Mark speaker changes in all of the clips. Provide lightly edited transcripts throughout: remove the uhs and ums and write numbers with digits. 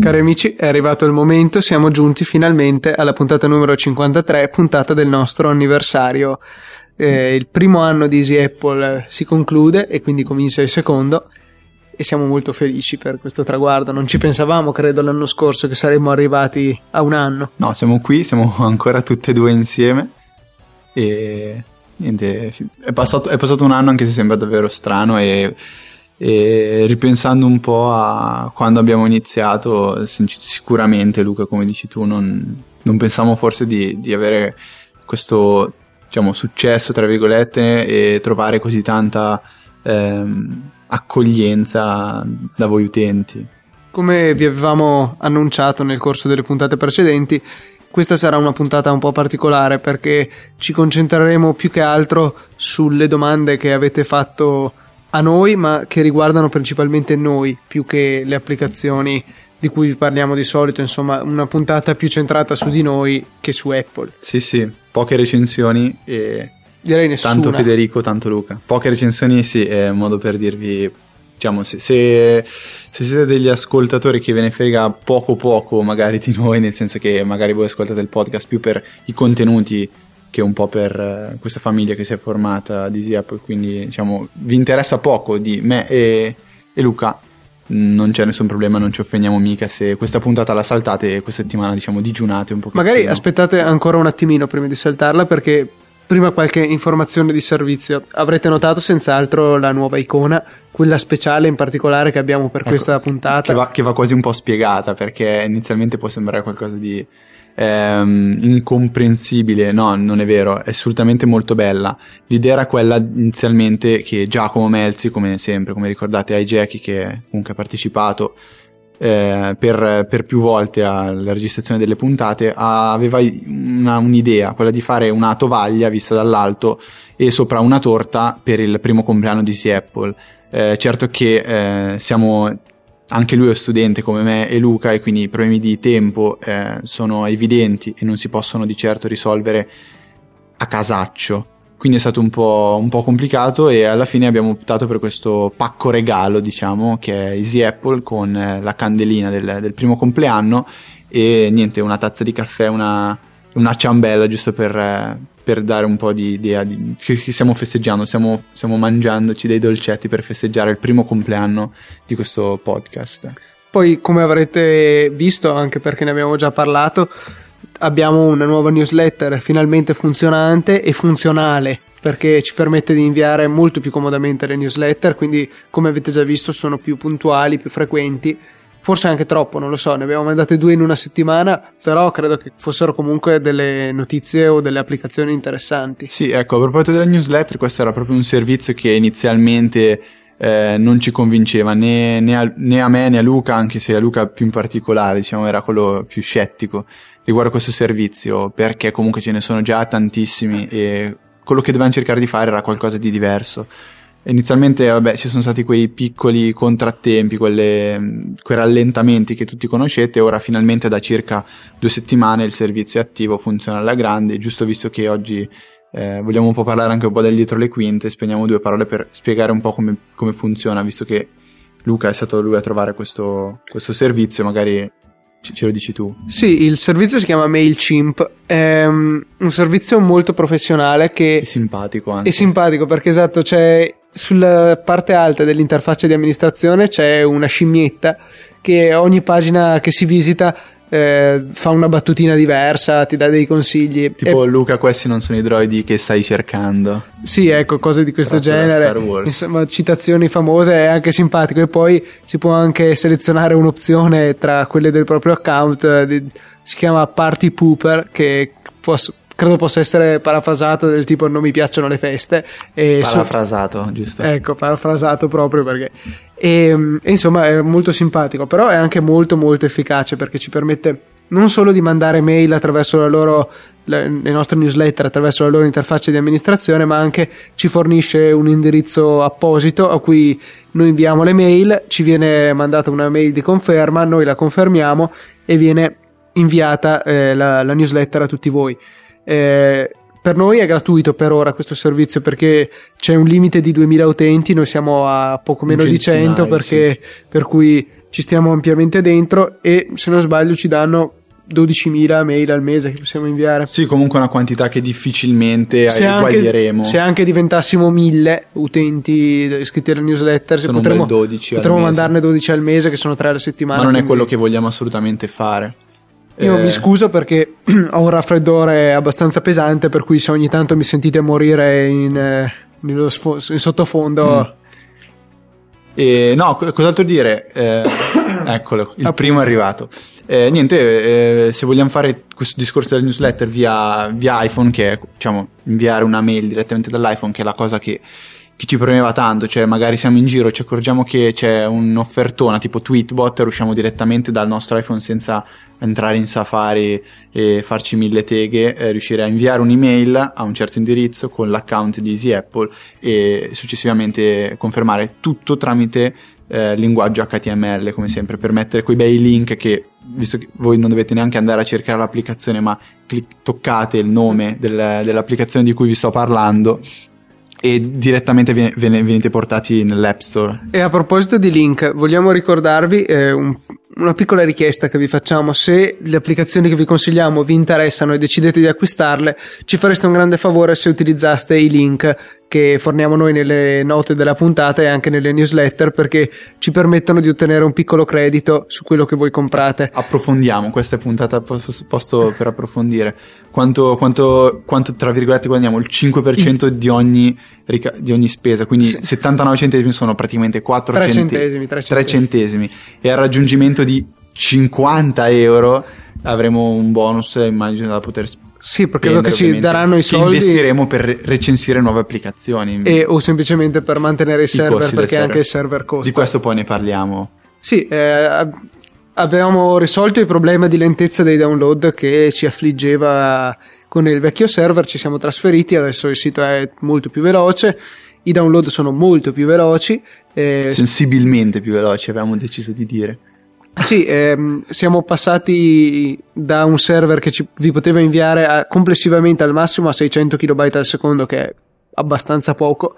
Speaker 1: Cari amici, è arrivato il momento, siamo giunti finalmente alla puntata numero 53, puntata del nostro anniversario. Il primo anno di Easy Apple si conclude e quindi comincia il secondo e siamo molto felici per questo traguardo. Non ci pensavamo, credo, l'anno scorso che saremmo arrivati a un anno.
Speaker 2: No, siamo qui, siamo ancora tutte e due insieme e niente, è passato un anno, anche se sembra davvero strano, e ripensando un po' a quando abbiamo iniziato, sicuramente, Luca, come dici tu, non pensavamo forse di avere questo, diciamo, successo tra virgolette e trovare così tanta accoglienza da voi utenti.
Speaker 1: Come vi avevamo annunciato nel corso delle puntate precedenti, questa sarà una puntata un po' particolare perché ci concentreremo più che altro sulle domande che avete fatto a noi, ma che riguardano principalmente noi più che le applicazioni di cui vi parliamo di solito. Insomma, una puntata più centrata su di noi che su Apple.
Speaker 2: Sì, poche recensioni e
Speaker 1: direi nessuna.
Speaker 2: Tanto Federico, tanto Luca. Poche recensioni, sì, è un modo per dirvi, diciamo, se siete degli ascoltatori che ve ne frega poco magari di noi, nel senso che magari voi ascoltate il podcast più per i contenuti che un po' per questa famiglia che si è formata di Easy Apple, quindi diciamo vi interessa poco di me e Luca, non c'è nessun problema, non ci offendiamo mica se questa puntata la saltate e questa settimana, diciamo, digiunate un pochettino.
Speaker 1: Magari aspettate ancora un attimino prima di saltarla, perché prima qualche informazione di servizio. Avrete notato senz'altro la nuova icona, quella speciale in particolare che abbiamo per questa puntata,
Speaker 2: che va quasi un po' spiegata, perché inizialmente può sembrare qualcosa di incomprensibile. No, non è vero, è assolutamente molto bella. L'idea era quella inizialmente che Giacomo Melzi, come sempre, come ricordate, Jackie, che comunque ha partecipato per più volte alla registrazione delle puntate, aveva un'idea, quella di fare una tovaglia vista dall'alto e sopra una torta per il primo compleanno di Easy Apple. Certo che siamo, anche lui è studente come me e Luca, e quindi i problemi di tempo sono evidenti e non si possono di certo risolvere a casaccio, quindi è stato un po' complicato, e alla fine abbiamo optato per questo pacco regalo, diciamo, che è Easy Apple con la candelina del primo compleanno e niente, una tazza di caffè, una ciambella, giusto per dare un po' di idea di che stiamo festeggiando. Stiamo mangiandoci dei dolcetti per festeggiare il primo compleanno di questo podcast.
Speaker 1: Poi, come avrete visto, anche perché ne abbiamo già parlato, abbiamo una nuova newsletter finalmente funzionante e funzionale, perché ci permette di inviare molto più comodamente le newsletter, quindi come avete già visto sono più puntuali, più frequenti. Forse anche troppo, non lo so, ne abbiamo mandate 2 in una settimana, però credo che fossero comunque delle notizie o delle applicazioni interessanti.
Speaker 2: Sì, ecco, a proposito della newsletter, questo era proprio un servizio che inizialmente non ci convinceva né a me né a Luca, anche se a Luca più in particolare, diciamo, era quello più scettico riguardo questo servizio, perché comunque ce ne sono già tantissimi e quello che dovevamo cercare di fare era qualcosa di diverso. Inizialmente, vabbè, ci sono stati quei piccoli contrattempi, quei rallentamenti che tutti conoscete. Ora finalmente da circa 2 settimane il servizio è attivo, funziona alla grande. Giusto, visto che oggi vogliamo un po' parlare anche un po' del dietro le quinte, spendiamo 2 parole per spiegare un po' come funziona, visto che Luca è stato lui a trovare questo servizio. Magari ce lo dici tu.
Speaker 1: Sì, il servizio si chiama MailChimp, è un servizio molto professionale che
Speaker 2: è simpatico anche.
Speaker 1: È simpatico perché, esatto, c'è sulla parte alta dell'interfaccia di amministrazione c'è una scimmietta che ogni pagina che si visita fa una battutina diversa, ti dà dei consigli.
Speaker 2: Tipo, Luca, questi non sono i droidi che stai cercando.
Speaker 1: Sì, ecco, cose di questo genere.
Speaker 2: Star Wars.
Speaker 1: Insomma, citazioni famose, è anche simpatico. E poi si può anche selezionare un'opzione tra quelle del proprio account, si chiama Party Pooper, che credo possa essere parafrasato del tipo non mi piacciono le feste.
Speaker 2: Parafrasato, giusto?
Speaker 1: Ecco, parafrasato proprio perché... E insomma è molto simpatico, però è anche molto molto efficace, perché ci permette non solo di mandare mail attraverso le nostre newsletter, attraverso la loro interfaccia di amministrazione, ma anche ci fornisce un indirizzo apposito a cui noi inviamo le mail, ci viene mandata una mail di conferma, noi la confermiamo e viene inviata la newsletter a tutti voi. Per noi è gratuito per ora questo servizio, perché c'è un limite di 2000 utenti, noi siamo a poco meno di 100, perché sì. Per cui ci stiamo ampiamente dentro e se non sbaglio ci danno 12.000 mail al mese che possiamo inviare.
Speaker 2: Sì, comunque una quantità che difficilmente eguaglieremo.
Speaker 1: Se anche diventassimo 1.000 utenti iscritti alla newsletter,
Speaker 2: sono
Speaker 1: potremmo
Speaker 2: 12
Speaker 1: potremmo mandarne 12 al mese, che sono 3 alla settimana.
Speaker 2: Ma non è quello che vogliamo assolutamente fare.
Speaker 1: Io mi scuso perché ho un raffreddore abbastanza pesante, per cui se ogni tanto mi sentite morire in sottofondo...
Speaker 2: No, cos'altro dire? Eccolo, il primo è arrivato. Niente, se vogliamo fare questo discorso della newsletter via iPhone, che è, diciamo, inviare una mail direttamente dall'iPhone, che è la cosa che ci premeva tanto, cioè magari siamo in giro, ci accorgiamo che c'è un'offertona tipo Tweetbot, usciamo direttamente dal nostro iPhone senza entrare in Safari e farci 1000 teghe, riuscire a inviare un'email a un certo indirizzo con l'account di Easy Apple e successivamente confermare tutto tramite linguaggio HTML, come sempre, per mettere quei bei link che, visto che voi non dovete neanche andare a cercare l'applicazione, ma toccate il nome dell'applicazione di cui vi sto parlando e direttamente venite portati nell'App Store.
Speaker 1: E a proposito di link, vogliamo ricordarvi una piccola richiesta che vi facciamo: se le applicazioni che vi consigliamo vi interessano e decidete di acquistarle, ci fareste un grande favore se utilizzaste i link che forniamo noi nelle note della puntata e anche nelle newsletter, perché ci permettono di ottenere un piccolo credito su quello che voi comprate.
Speaker 2: Approfondiamo, questa è puntata posto per approfondire quanto tra virgolette guadagniamo, il 5% di ogni spesa, quindi sì. 79 centesimi sono praticamente 3 centesimi e al raggiungimento di 50 euro avremo un bonus, immagino, da poter spendere.
Speaker 1: Sì, perché credo che ci daranno i soldi
Speaker 2: che investiremo per recensire nuove applicazioni
Speaker 1: o semplicemente per mantenere i server, perché anche il server costa.
Speaker 2: Di questo poi ne parliamo.
Speaker 1: Sì, abbiamo risolto il problema di lentezza dei download che ci affliggeva con il vecchio server, ci siamo trasferiti, adesso il sito è molto più veloce, i download sono molto più veloci,
Speaker 2: sensibilmente più veloci, avevamo deciso di dire.
Speaker 1: Sì, siamo passati da un server che vi poteva inviare complessivamente al massimo a 600 KB al secondo, che è abbastanza poco,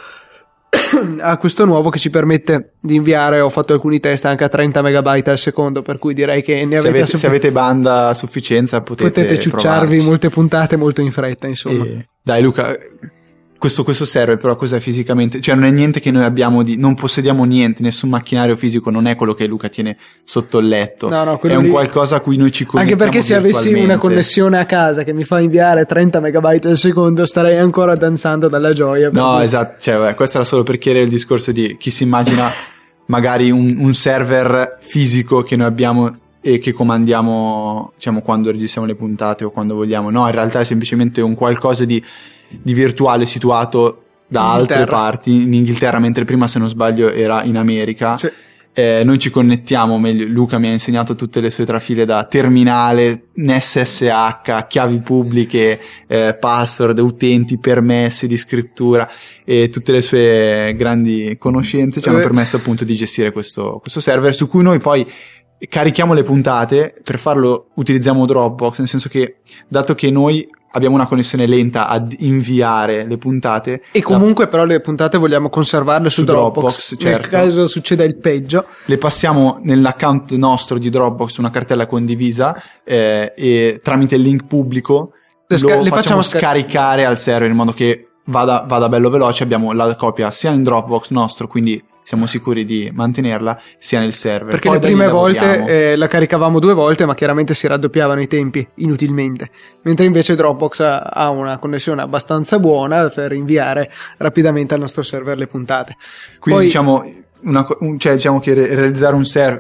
Speaker 1: a questo nuovo che ci permette di inviare, ho fatto alcuni test, anche a 30 MB al secondo, per cui direi che ne avete
Speaker 2: se avete banda a sufficienza potete
Speaker 1: ciucciarvi
Speaker 2: provarci.
Speaker 1: Molte puntate molto in fretta, insomma.
Speaker 2: Dai Luca, questo server però cos'è fisicamente? Cioè non è niente che noi abbiamo non possediamo niente, nessun macchinario fisico, non è quello che Luca tiene sotto il letto,
Speaker 1: no,
Speaker 2: è un qualcosa a cui noi ci connettiamo.
Speaker 1: Anche perché se avessi una connessione a casa che mi fa inviare 30 MB al secondo starei ancora danzando dalla gioia.
Speaker 2: No, esatto, cioè, questo era solo per chiarire il discorso di chi si immagina magari un server fisico che noi abbiamo e che comandiamo, diciamo, quando registriamo le puntate o quando vogliamo. No, in realtà è semplicemente un qualcosa di virtuale situato da altre parti in Inghilterra, mentre prima, se non sbaglio, era in America. Sì. Noi ci connettiamo, meglio, Luca mi ha insegnato tutte le sue trafile da terminale, SSH, chiavi pubbliche, password, utenti, permessi di scrittura, e tutte le sue grandi conoscenze ci hanno permesso appunto di gestire questo server, su cui noi poi carichiamo le puntate. Per farlo utilizziamo Dropbox, nel senso che, dato che noi abbiamo una connessione lenta ad inviare le puntate,
Speaker 1: e comunque però le puntate vogliamo conservarle su Dropbox, certo. Nel caso succeda il peggio,
Speaker 2: le passiamo nell'account nostro di Dropbox, una cartella condivisa, e tramite il link pubblico le facciamo scaricare al server, in modo che vada bello veloce. Abbiamo la copia sia in Dropbox nostro, quindi siamo sicuri di mantenerla, sia nel server.
Speaker 1: Perché poi le prime volte la caricavamo 2 volte, ma chiaramente si raddoppiavano i tempi inutilmente, mentre invece Dropbox ha una connessione abbastanza buona per inviare rapidamente al nostro server le puntate.
Speaker 2: Quindi diciamo che realizzare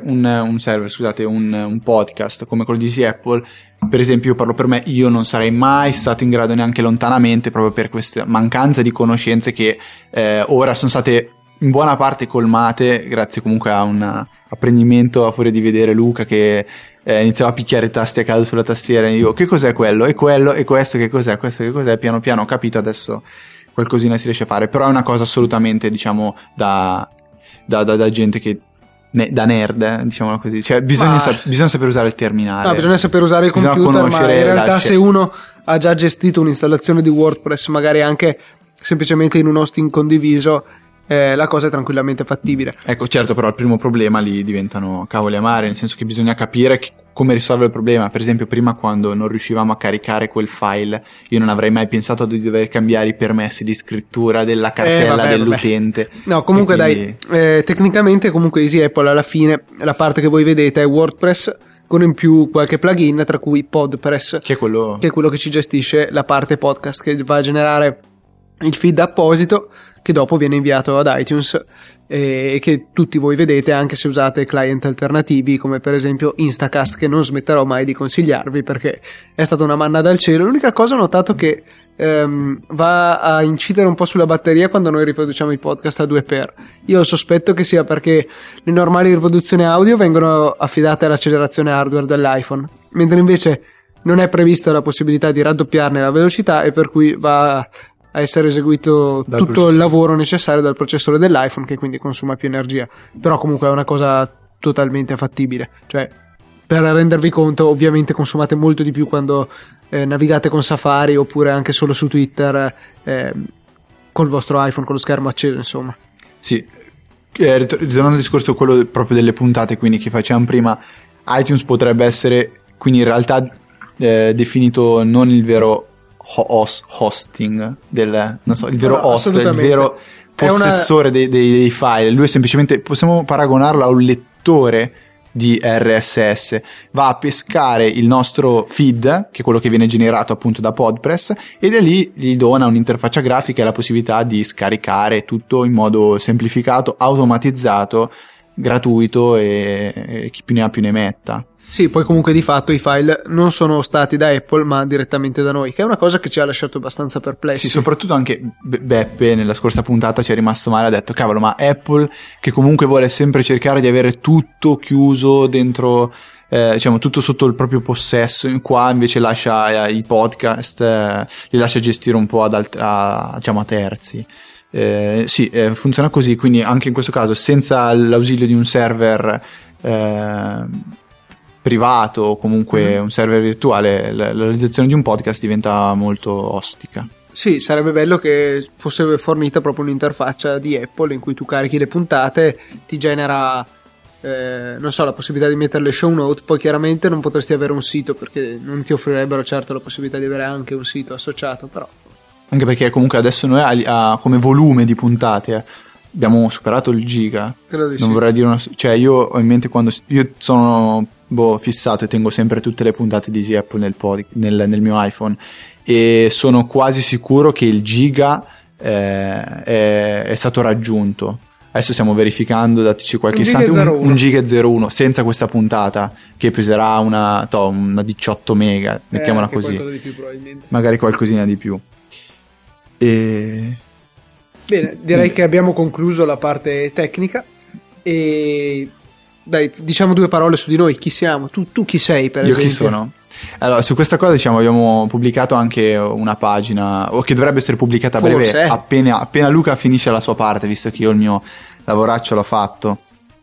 Speaker 2: un podcast come quello di Easy Apple, per esempio, io parlo per me, io non sarei mai stato in grado neanche lontanamente, proprio per questa mancanza di conoscenze che ora sono state in buona parte colmate grazie comunque a un apprendimento, a furia di vedere Luca che iniziava a picchiare i tasti a caso sulla tastiera, e io: che cos'è quello? E quello? E questo che cos'è? Questo che cos'è? Piano piano ho capito, adesso qualcosina si riesce a fare, però è una cosa assolutamente, diciamo, da gente che da nerd, diciamola così, cioè bisogna saper usare il terminale.
Speaker 1: No, bisogna saper usare il computer, ma in realtà se uno ha già gestito un'installazione di WordPress, magari anche semplicemente in un hosting condiviso, la cosa è tranquillamente fattibile.
Speaker 2: Ecco, certo, però il primo problema lì diventano cavoli amari, nel senso che bisogna capire come risolvere il problema. Per esempio, prima, quando non riuscivamo a caricare quel file, io non avrei mai pensato di dover cambiare i permessi di scrittura della cartella dell'utente.
Speaker 1: No, comunque quindi... dai, tecnicamente comunque Easy Apple alla fine, la parte che voi vedete è WordPress con in più qualche plugin, tra cui PodPress, che è quello che ci gestisce la parte podcast, che va a generare il feed apposito che dopo viene inviato ad iTunes e che tutti voi vedete, anche se usate client alternativi come per esempio Instacast, che non smetterò mai di consigliarvi perché è stata una manna dal cielo. L'unica cosa, ho notato che va a incidere un po' sulla batteria quando noi riproduciamo i podcast a 2x. Io ho il sospetto che sia perché le normali riproduzioni audio vengono affidate all'accelerazione hardware dell'iPhone, mentre invece non è prevista la possibilità di raddoppiarne la velocità, e per cui va a essere eseguito tutto il lavoro necessario dal processore dell'iPhone, che quindi consuma più energia. Però comunque è una cosa totalmente fattibile, cioè, per rendervi conto, ovviamente consumate molto di più quando navigate con Safari oppure anche solo su Twitter col vostro iPhone con lo schermo acceso, insomma.
Speaker 2: Sì, ritornando al discorso quello proprio delle puntate, quindi, che facevamo prima, iTunes potrebbe essere quindi in realtà definito non il vero hosting il vero host, il vero possessore dei file. Lui è semplicemente, possiamo paragonarlo a un lettore di RSS, va a pescare il nostro feed, che è quello che viene generato appunto da PodPress, e da lì gli dona un'interfaccia grafica e la possibilità di scaricare tutto in modo semplificato, automatizzato, gratuito, e chi più ne ha più ne metta.
Speaker 1: Sì, poi comunque di fatto i file non sono stati da Apple ma direttamente da noi, che è una cosa che ci ha lasciato abbastanza perplessi.
Speaker 2: Sì, soprattutto anche Beppe nella scorsa puntata ci è rimasto male, ha detto cavolo, ma Apple, che comunque vuole sempre cercare di avere tutto chiuso dentro, diciamo tutto sotto il proprio possesso, qua invece lascia i podcast, li lascia gestire un po' a terzi. Sì, funziona così, quindi anche in questo caso senza l'ausilio di un server privato o comunque un server virtuale, la realizzazione di un podcast diventa molto ostica.
Speaker 1: Sì, sarebbe bello che fosse fornita proprio un'interfaccia di Apple in cui tu carichi le puntate, ti genera non so, la possibilità di mettere le show note. Poi chiaramente non potresti avere un sito, perché non ti offrirebbero certo la possibilità di avere anche un sito associato, però
Speaker 2: anche perché comunque adesso noi come volume di puntate abbiamo superato il giga.
Speaker 1: Credo di
Speaker 2: non
Speaker 1: sì.
Speaker 2: Vorrei dire cioè io ho in mente, quando io sono fissato e tengo sempre tutte le puntate di Easy Apple nel mio iPhone, e sono quasi sicuro che il giga è stato raggiunto. Adesso stiamo verificando, dateci qualche istante, un giga e 01 senza questa puntata, che peserà una 18 mega, mettiamola così,
Speaker 1: di più, probabilmente.
Speaker 2: Magari qualcosina di più.
Speaker 1: Bene, direi che abbiamo concluso la parte tecnica, e dai, diciamo due parole su di noi. Chi siamo? Tu chi sei, per esempio?
Speaker 2: Io chi sono? Allora, su questa cosa, diciamo, abbiamo pubblicato anche una pagina, o che dovrebbe essere pubblicata a breve, appena Luca finisce la sua parte, visto che io il mio lavoraccio l'ho fatto.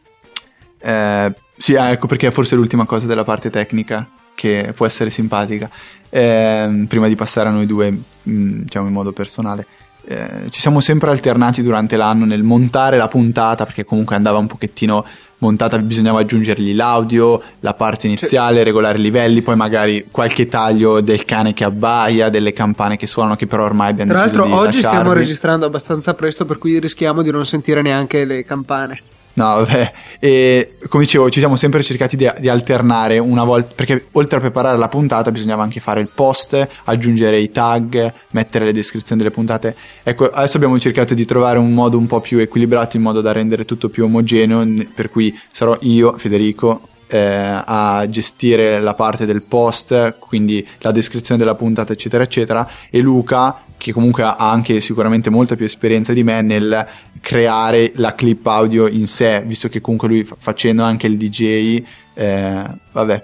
Speaker 2: Sì, ecco perché forse è l'ultima cosa della parte tecnica che può essere simpatica. Prima di passare a noi due, diciamo, in modo personale. Ci siamo sempre alternati durante l'anno nel montare la puntata, perché comunque andava un pochettino montata, bisognava aggiungergli l'audio, la parte iniziale, regolare i livelli, poi magari qualche taglio del cane che abbaia, delle campane che suonano, che però ormai abbiamo deciso di lasciarvi.
Speaker 1: Tra l'altro oggi stiamo registrando abbastanza presto, per cui rischiamo di non sentire neanche le campane.
Speaker 2: No, vabbè, e come dicevo, ci siamo sempre cercati di alternare una volta, perché oltre a preparare la puntata bisognava anche fare il post, aggiungere i tag, mettere le descrizioni delle puntate. Ecco, adesso abbiamo cercato di trovare un modo un po' più equilibrato, in modo da rendere tutto più omogeneo, per cui sarò io, Federico, a gestire la parte del post, quindi la descrizione della puntata, eccetera eccetera, e Luca, che comunque ha anche sicuramente molta più esperienza di me nel creare la clip audio in sé, visto che comunque lui, facendo anche il DJ, vabbè,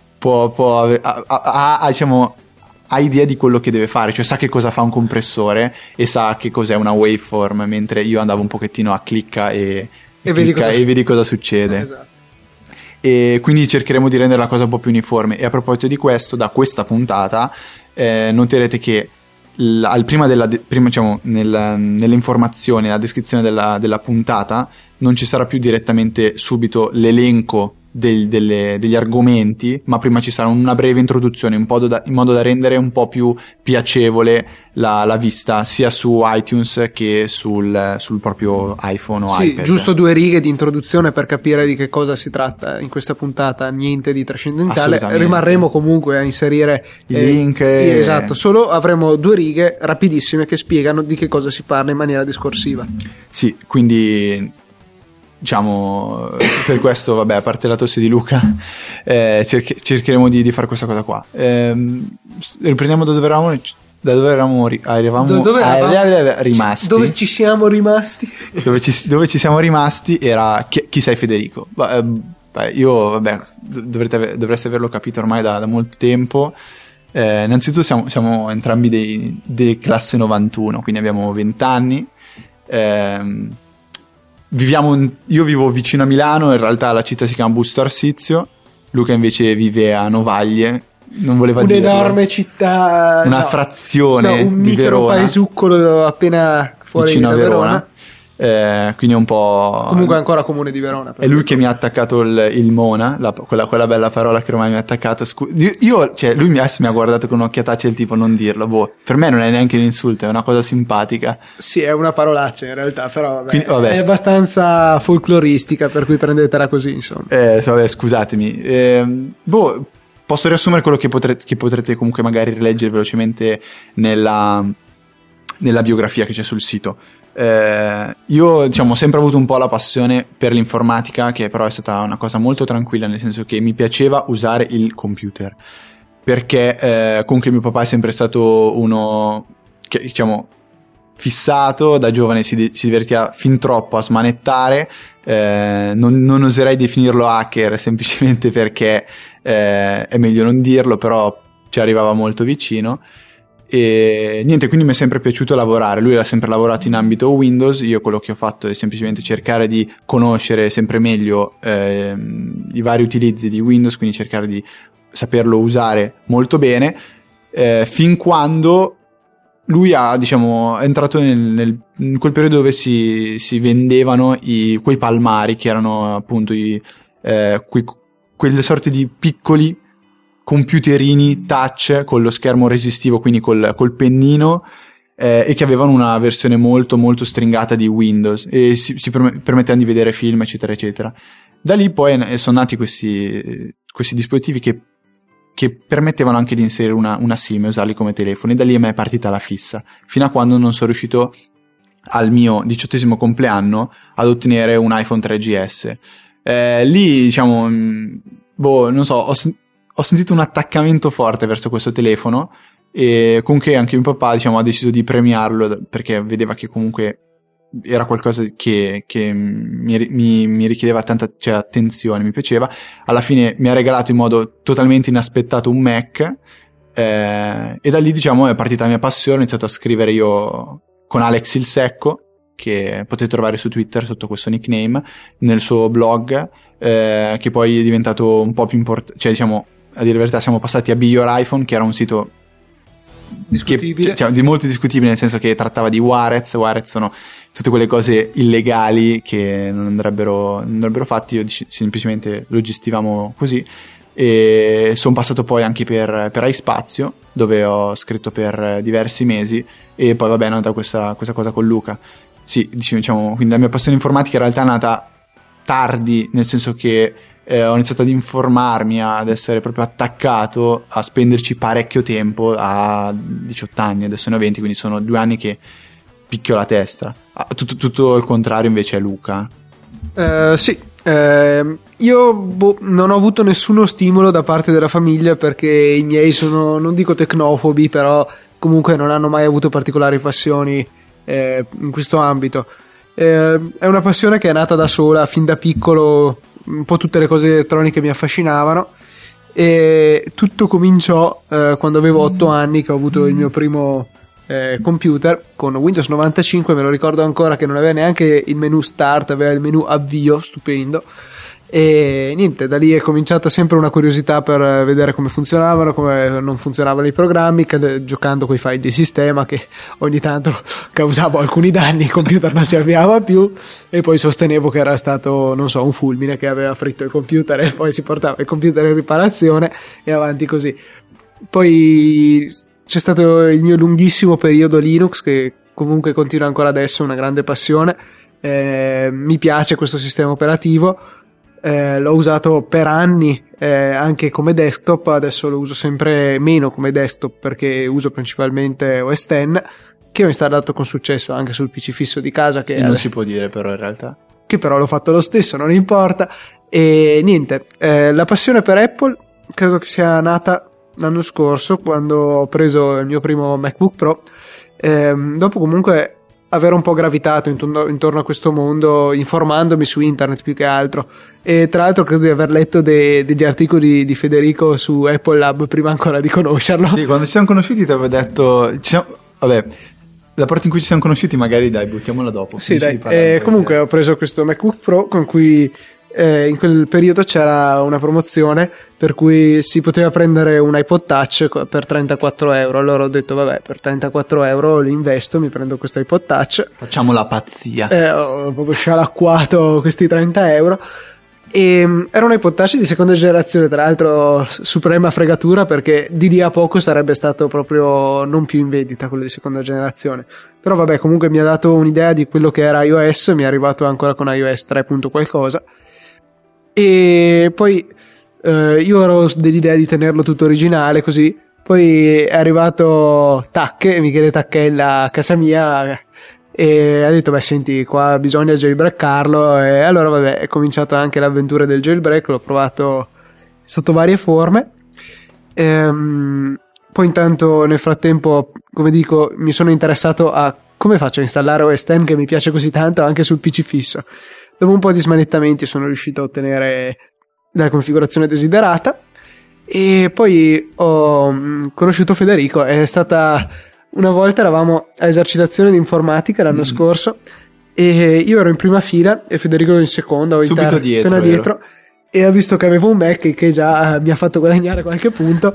Speaker 2: diciamo, ha idea di quello che deve fare, cioè sa che cosa fa un compressore e sa che cos'è una waveform, mentre io andavo un pochettino a clicca e vedi cosa succede.
Speaker 1: Esatto.
Speaker 2: E quindi cercheremo di rendere la cosa un po' più uniforme. E a proposito di questo, da questa puntata noterete che prima diciamo, nelle informazioni, nella descrizione della puntata, non ci sarà più direttamente subito l'elenco degli argomenti, ma prima ci sarà una breve introduzione in modo da rendere un po' più piacevole la vista sia su iTunes che sul proprio iPhone o iPad.
Speaker 1: Giusto 2 righe di introduzione per capire di che cosa si tratta in questa puntata, niente di trascendentale. Rimarremo comunque a inserire
Speaker 2: i link.
Speaker 1: Esatto, solo avremo 2 righe rapidissime che spiegano di che cosa si parla in maniera discorsiva.
Speaker 2: Sì, quindi diciamo, per questo, vabbè, a parte la tosse di Luca, cercheremo di fare questa cosa qua. Riprendiamo da dove eravamo rimasti.
Speaker 1: Dove ci siamo rimasti?
Speaker 2: Dove ci siamo rimasti era chi sei Federico? Io, vabbè, dovreste averlo capito ormai da molto tempo. Innanzitutto siamo entrambi dei classe 91, quindi abbiamo 20 anni. Io vivo vicino a Milano, in realtà la città si chiama Busto Arsizio, Luca invece vive a Novaglie, non voleva dire
Speaker 1: un'enorme città,
Speaker 2: una frazione
Speaker 1: un
Speaker 2: di
Speaker 1: micro
Speaker 2: Verona,
Speaker 1: appena appena fuori
Speaker 2: vicino
Speaker 1: da
Speaker 2: a Verona. Quindi è un po',
Speaker 1: comunque ancora comune di Verona.
Speaker 2: È lui che mi ha attaccato il Mona, quella bella parola che ormai mi ha attaccato. Cioè, lui mi ha guardato con un'occhiataccia del tipo non dirlo. Per me non è neanche un insulto, è una cosa simpatica.
Speaker 1: Sì, è una parolaccia in realtà, però è abbastanza folcloristica, per cui prendetela così, insomma.
Speaker 2: Scusatemi. Posso riassumere quello che potrete comunque magari rileggere velocemente nella biografia che c'è sul sito. Io, diciamo, ho sempre avuto un po' la passione per l'informatica, che però è stata una cosa molto tranquilla, nel senso che mi piaceva usare il computer, perché comunque mio papà è sempre stato uno che, diciamo, fissato da giovane, si divertiva fin troppo a smanettare. Non oserei definirlo hacker, semplicemente perché è meglio non dirlo, però ci arrivava molto vicino. E niente, quindi mi è sempre piaciuto lavorare. Lui ha sempre lavorato in ambito Windows, io quello che ho fatto è semplicemente cercare di conoscere sempre meglio i vari utilizzi di Windows, quindi cercare di saperlo usare molto bene, fin quando lui è entrato in quel periodo dove si vendevano quei palmari, che erano appunto quelle sorte di piccoli computerini touch con lo schermo resistivo, quindi col pennino, e che avevano una versione molto molto stringata di Windows e si permettevano di vedere film, eccetera eccetera. Da lì poi sono nati questi dispositivi che permettevano anche di inserire una SIM e usarli come telefoni, e da lì a me è partita la fissa, fino a quando non sono riuscito al mio 18° compleanno ad ottenere un iPhone 3GS. Lì, diciamo, non so, ho sentito un attaccamento forte verso questo telefono, e comunque anche mio papà, diciamo, ha deciso di premiarlo, perché vedeva che comunque era qualcosa che mi richiedeva tanta, cioè, attenzione, mi piaceva. Alla fine mi ha regalato in modo totalmente inaspettato un Mac, e da lì, diciamo, è partita la mia passione. Ho iniziato a scrivere io con Alex il Secco, che potete trovare su Twitter sotto questo nickname, nel suo blog, che poi è diventato un po' più importante, cioè, diciamo, a dire la verità, siamo passati a Be Your iPhone, che era un sito
Speaker 1: discutibile,
Speaker 2: di molto discutibile, nel senso che trattava di Warez sono tutte quelle cose illegali che non andrebbero fatti. Io semplicemente lo gestivamo così, e sono passato poi anche per iSpazio, dove ho scritto per diversi mesi, e poi vabbè è nata questa cosa con Luca. Sì, diciamo, quindi la mia passione informatica in realtà è nata tardi, nel senso che ho iniziato ad informarmi, ad essere proprio attaccato, a spenderci parecchio tempo a 18 anni, adesso ne ho 20, quindi sono 2 anni che picchio la testa. Tutto il contrario invece è Luca.
Speaker 1: Sì, io non ho avuto nessuno stimolo da parte della famiglia, perché i miei sono, non dico tecnofobi, però comunque non hanno mai avuto particolari passioni in questo ambito. È una passione che è nata da sola, fin da piccolo. Un po' tutte le cose elettroniche mi affascinavano, e tutto cominciò quando avevo 8 anni, che ho avuto il mio primo computer con Windows 95. Me lo ricordo ancora che non aveva neanche il menu start, aveva il menu avvio, stupendo, E niente, da lì è cominciata sempre una curiosità per vedere come funzionavano, come non funzionavano i programmi, giocando con i file di sistema che ogni tanto causavo alcuni danni, il computer non si avviava più e poi sostenevo che era stato, non so, un fulmine che aveva fritto il computer e poi si portava il computer in riparazione e avanti così. Poi c'è stato il mio lunghissimo periodo Linux, che comunque continua ancora adesso, una grande passione. Mi piace questo sistema operativo. L'ho usato per anni anche come desktop, adesso lo uso sempre meno come desktop perché uso principalmente OS X, che ho installato con successo anche sul PC fisso di casa, che
Speaker 2: non si può dire però in realtà,
Speaker 1: che però l'ho fatto lo stesso, non importa. E niente, la passione per Apple credo che sia nata l'anno scorso, quando ho preso il mio primo MacBook Pro, dopo comunque aver un po' gravitato intorno a questo mondo, informandomi su internet più che altro, e tra l'altro credo di aver letto degli articoli di Federico su Apple Lab prima ancora di conoscerlo.
Speaker 2: Sì, quando ci siamo conosciuti ti avevo detto vabbè, la parte in cui ci siamo conosciuti magari dai, buttiamola dopo.
Speaker 1: Sì, dai. Comunque ho preso questo MacBook Pro con cui in quel periodo c'era una promozione per cui si poteva prendere un iPod Touch per 34 euro. Allora ho detto vabbè, per 34 euro li investo, mi prendo questo iPod Touch,
Speaker 2: facciamo la pazzia.
Speaker 1: Ho proprio scialacquato questi 30 euro e era un iPod Touch di seconda generazione, tra l'altro suprema fregatura, perché di lì a poco sarebbe stato proprio non più in vendita quello di seconda generazione. Però vabbè, comunque mi ha dato un'idea di quello che era iOS, mi è arrivato ancora con iOS 3. qualcosa. E poi io ero dell'idea di tenerlo tutto originale così, poi è arrivato Tacche, Michele Tacchella a casa mia e ha detto beh senti, qua bisogna jailbreakarlo, e allora vabbè è cominciata anche l'avventura del jailbreak, l'ho provato sotto varie forme. Poi intanto nel frattempo, come dico, mi sono interessato a come faccio a installare OS X che mi piace così tanto anche sul PC fisso. Dopo un po' di smanettamenti sono riuscito a ottenere la configurazione desiderata e poi ho conosciuto Federico. È stata una volta, eravamo a esercitazione di informatica l'anno scorso e io ero in prima fila e Federico in seconda o
Speaker 2: subito
Speaker 1: appena dietro, e ha visto che avevo un Mac che già mi ha fatto guadagnare qualche punto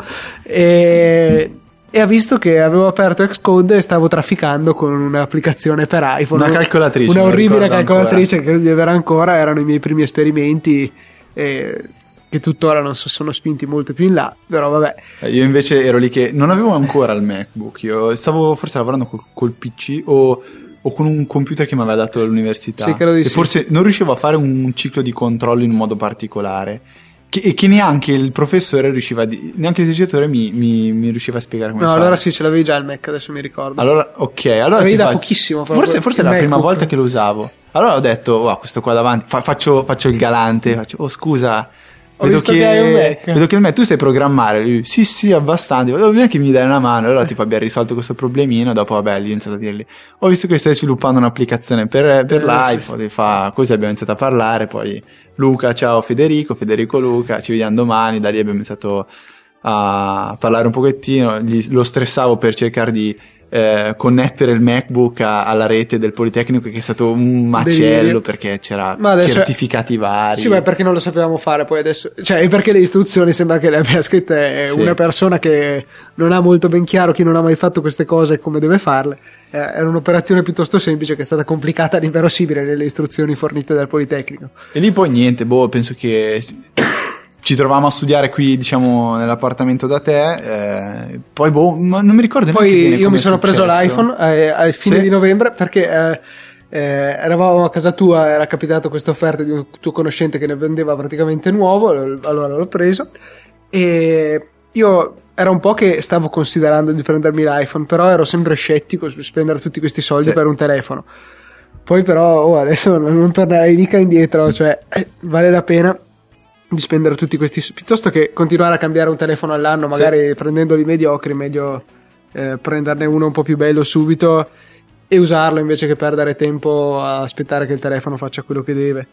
Speaker 1: e ha visto che avevo aperto Xcode e stavo trafficando con un'applicazione per iPhone,
Speaker 2: una calcolatrice,
Speaker 1: una orribile calcolatrice ancora. Che credo di avere ancora, erano i miei primi esperimenti che tuttora non sono spinti molto più in là, però vabbè.
Speaker 2: Io invece ero lì che non avevo ancora il MacBook, io stavo forse lavorando col PC o con un computer che mi aveva dato all'università,
Speaker 1: sì, credo di sì.
Speaker 2: Forse non riuscivo a fare un ciclo di controllo in un modo particolare che neanche il professore riusciva neanche l'esercitatore mi riusciva a spiegare come fare.
Speaker 1: Allora sì, ce l'avevi già il Mac, adesso mi ricordo.
Speaker 2: Allora ok, allora
Speaker 1: l'avevi da pochissimo,
Speaker 2: forse è la prima volta che lo usavo. Allora ho detto wow, questo qua davanti faccio il galante, oh scusa, vedo che
Speaker 1: hai un Mac.
Speaker 2: Vedo che il Mac tu sai programmare. Lui, sì abbastanza, vieni che mi dai una mano. Allora tipo abbiamo risolto questo problemino. Dopo vabbè lì ho iniziato a dirgli ho visto che stai sviluppando un'applicazione per l'iPhone, sì. Così abbiamo iniziato a parlare. Poi Luca, ciao Federico Luca, ci vediamo domani. Da lì abbiamo iniziato a parlare un pochettino, lo stressavo per cercare di connettere il MacBook alla rete del Politecnico, che è stato un macello perché c'era certificati vari.
Speaker 1: Sì, ma perché non lo sapevamo fare poi adesso, cioè perché le istruzioni sembra che le abbia scritte una persona che non ha molto ben chiaro, chi non ha mai fatto queste cose e come deve farle. Era un'operazione piuttosto semplice che è stata complicata all'inverosimile nelle istruzioni fornite dal Politecnico.
Speaker 2: E lì poi niente, penso che ci trovavamo a studiare qui, diciamo, nell'appartamento da te, poi non mi ricordo neanche bene.
Speaker 1: Poi io mi sono preso l'iPhone al fine di novembre perché eravamo a casa tua, era capitato questa offerta di un tuo conoscente che ne vendeva praticamente nuovo, allora l'ho preso e io era un po' che stavo considerando di prendermi l'iPhone, però ero sempre scettico su spendere tutti questi soldi per un telefono. Poi però adesso non tornerei mica indietro, cioè vale la pena di spendere tutti questi, piuttosto che continuare a cambiare un telefono all'anno, magari prendendoli mediocri, meglio prenderne uno un po' più bello subito e usarlo invece che perdere tempo a aspettare che il telefono faccia quello che deve.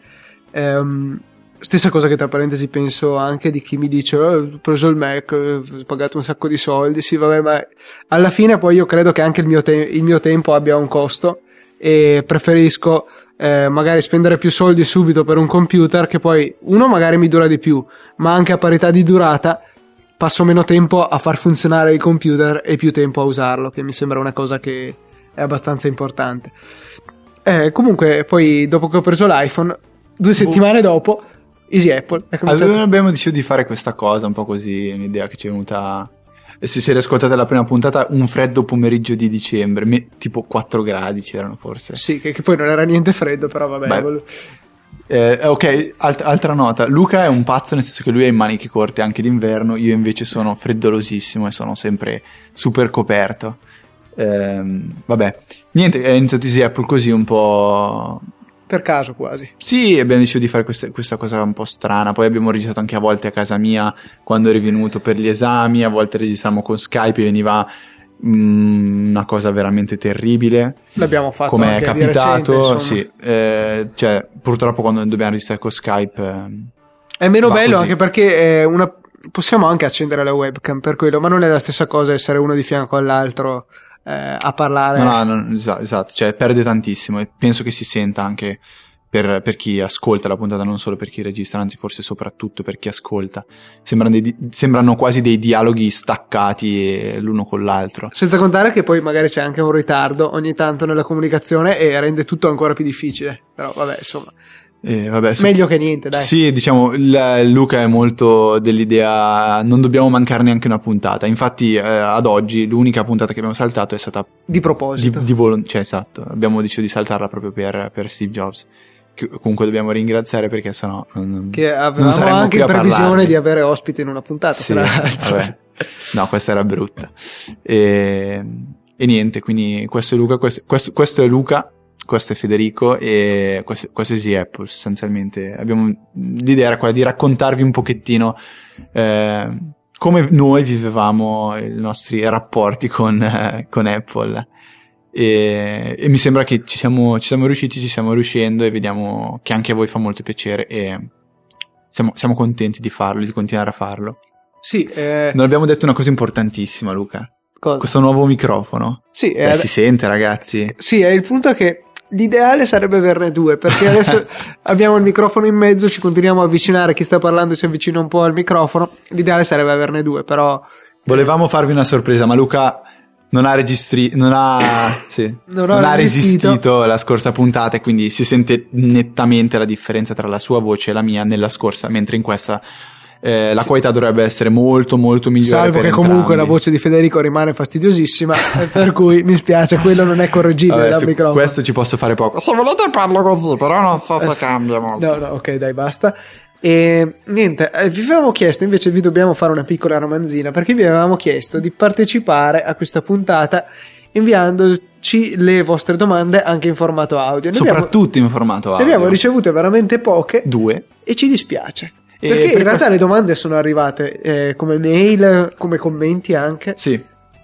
Speaker 1: Stessa cosa che tra parentesi penso anche di chi mi dice ho preso il Mac, ho pagato un sacco di soldi, sì vabbè, ma alla fine poi io credo che anche il mio tempo abbia un costo e preferisco magari spendere più soldi subito per un computer che poi uno magari mi dura di più, ma anche a parità di durata passo meno tempo a far funzionare il computer e più tempo a usarlo, che mi sembra una cosa che è abbastanza importante. Comunque poi dopo che ho preso l'iPhone, 2 settimane dopo, Easy Apple è cominciato.
Speaker 2: Abbiamo deciso di fare questa cosa un po' così, un'idea che ci è venuta. Se siete ascoltate la prima puntata, un freddo pomeriggio di dicembre, tipo 4 gradi c'erano forse.
Speaker 1: Sì, che poi non era niente freddo, però vabbè.
Speaker 2: Ok, altra nota. Luca è un pazzo, nel senso che lui ha in maniche corte anche d'inverno, io invece sono freddolosissimo e sono sempre super coperto. Vabbè, niente, è iniziato Easy Apple così un po'...
Speaker 1: per caso quasi.
Speaker 2: Sì, abbiamo deciso di fare questa cosa un po' strana. Poi abbiamo registrato anche a volte a casa mia quando eri venuto per gli esami, a volte registravamo con Skype e veniva una cosa veramente terribile.
Speaker 1: L'abbiamo fatto
Speaker 2: come
Speaker 1: anche
Speaker 2: è capitato,
Speaker 1: recente,
Speaker 2: sì. Cioè, purtroppo quando dobbiamo registrare con Skype
Speaker 1: è meno bello
Speaker 2: così.
Speaker 1: Anche perché possiamo anche accendere la webcam per quello, ma non è la stessa cosa essere uno di fianco all'altro a parlare.
Speaker 2: No, esatto, cioè perde tantissimo e penso che si senta anche per chi ascolta la puntata, non solo per chi registra, anzi forse soprattutto per chi ascolta. Sembrano quasi dei dialoghi staccati l'uno con l'altro.
Speaker 1: Senza contare che poi magari c'è anche un ritardo ogni tanto nella comunicazione e rende tutto ancora più difficile. Però vabbè, insomma. Meglio che niente, dai.
Speaker 2: Sì, diciamo, Luca è molto dell'idea non dobbiamo mancare neanche una puntata. Infatti ad oggi l'unica puntata che abbiamo saltato è stata
Speaker 1: di proposito
Speaker 2: cioè esatto, abbiamo deciso di saltarla proprio per Steve Jobs, che comunque dobbiamo ringraziare perché sennò
Speaker 1: che avevamo anche in previsione di avere ospiti in una puntata,
Speaker 2: sì,
Speaker 1: tra l'altro.
Speaker 2: Vabbè. No, questa era brutta e niente, quindi questo è Luca, questo è Luca, questo è Federico e questo è Easy Apple. Sostanzialmente l'idea era quella di raccontarvi un pochettino come noi vivevamo i nostri rapporti con Apple e mi sembra che ci siamo riusciti, ci stiamo riuscendo e vediamo che anche a voi fa molto piacere e siamo contenti di farlo, di continuare a farlo.
Speaker 1: Sì,
Speaker 2: non abbiamo detto una cosa importantissima, Luca.
Speaker 1: Cosa?
Speaker 2: Questo nuovo microfono.
Speaker 1: Sì,
Speaker 2: si sente, ragazzi.
Speaker 1: Sì, il punto è che l'ideale sarebbe averne 2, perché adesso abbiamo il microfono in mezzo, ci continuiamo a avvicinare, chi sta parlando si avvicina un po' al microfono. L'ideale sarebbe averne 2, però
Speaker 2: volevamo farvi una sorpresa, ma Luca non ha resistito la scorsa puntata e quindi si sente nettamente la differenza tra la sua voce e la mia nella scorsa, mentre in questa la qualità dovrebbe essere molto molto migliore.
Speaker 1: Salvo che
Speaker 2: entrambi.
Speaker 1: Comunque la voce di Federico rimane fastidiosissima per cui mi spiace, quello non è correggibile dal microfono.
Speaker 2: Questo ci posso fare poco. Se volete parlo così, però non so se cambia molto.
Speaker 1: No, ok, dai, basta. E niente, vi avevamo chiesto, invece vi dobbiamo fare una piccola romanzina, perché vi avevamo chiesto di partecipare a questa puntata inviandoci le vostre domande anche in formato audio.
Speaker 2: Soprattutto in formato audio.
Speaker 1: Ne abbiamo ricevute veramente poche.
Speaker 2: 2.
Speaker 1: E ci dispiace. Perché in realtà le domande sono arrivate come mail, come commenti anche.
Speaker 2: Sì.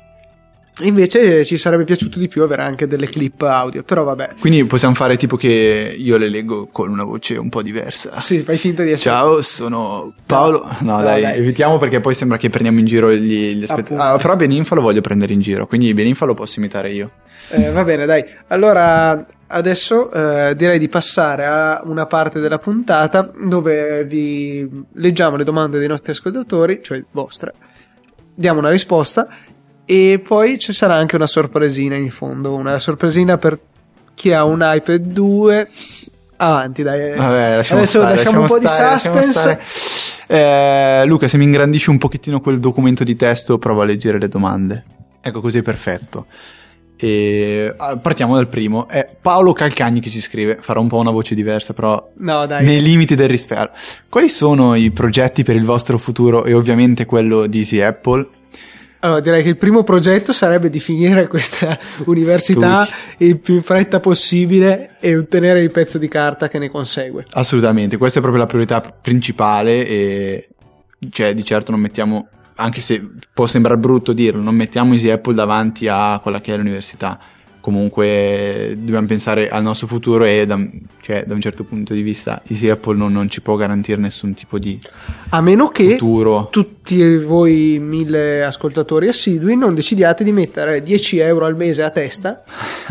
Speaker 1: Invece ci sarebbe piaciuto di più avere anche delle clip audio, però vabbè.
Speaker 2: Quindi possiamo fare tipo che io le leggo con una voce un po' diversa.
Speaker 1: Sì, fai finta di essere.
Speaker 2: Ciao, sono Paolo. No, dai, evitiamo perché poi sembra che prendiamo in giro gli spettatori. Però Beninfa lo voglio prendere in giro, quindi Beninfa lo posso imitare io.
Speaker 1: Va bene, dai. Allora adesso direi di passare a una parte della puntata dove vi leggiamo le domande dei nostri ascoltatori, cioè vostre, diamo una risposta e poi ci sarà anche una sorpresina in fondo, una sorpresina per chi ha un iPad 2. Avanti, dai.
Speaker 2: Vabbè,
Speaker 1: adesso lasciamo un po' di suspense.
Speaker 2: Luca, se mi ingrandisci un pochettino quel documento di testo, provo a leggere le domande. Ecco, così è perfetto. E partiamo dal primo. È Paolo Calcagni che ci scrive. Farò un po' una voce diversa, però
Speaker 1: no, dai,
Speaker 2: nei limiti del rispetto. Quali sono i progetti per il vostro futuro e ovviamente quello di Easy Apple?
Speaker 1: Allora, direi che il primo progetto sarebbe di finire questa università il più in fretta possibile e ottenere il pezzo di carta che ne consegue.
Speaker 2: Assolutamente, questa è proprio la priorità principale e cioè di certo non mettiamo, anche se può sembrare brutto dirlo, non mettiamo Easy Apple davanti a quella che è l'università. Comunque dobbiamo pensare al nostro futuro e da un certo punto di vista Easy Apple non ci può garantire nessun tipo di
Speaker 1: a meno che
Speaker 2: futuro.
Speaker 1: Tutti voi 1000 ascoltatori assidui non decidiate di mettere 10 euro al mese a testa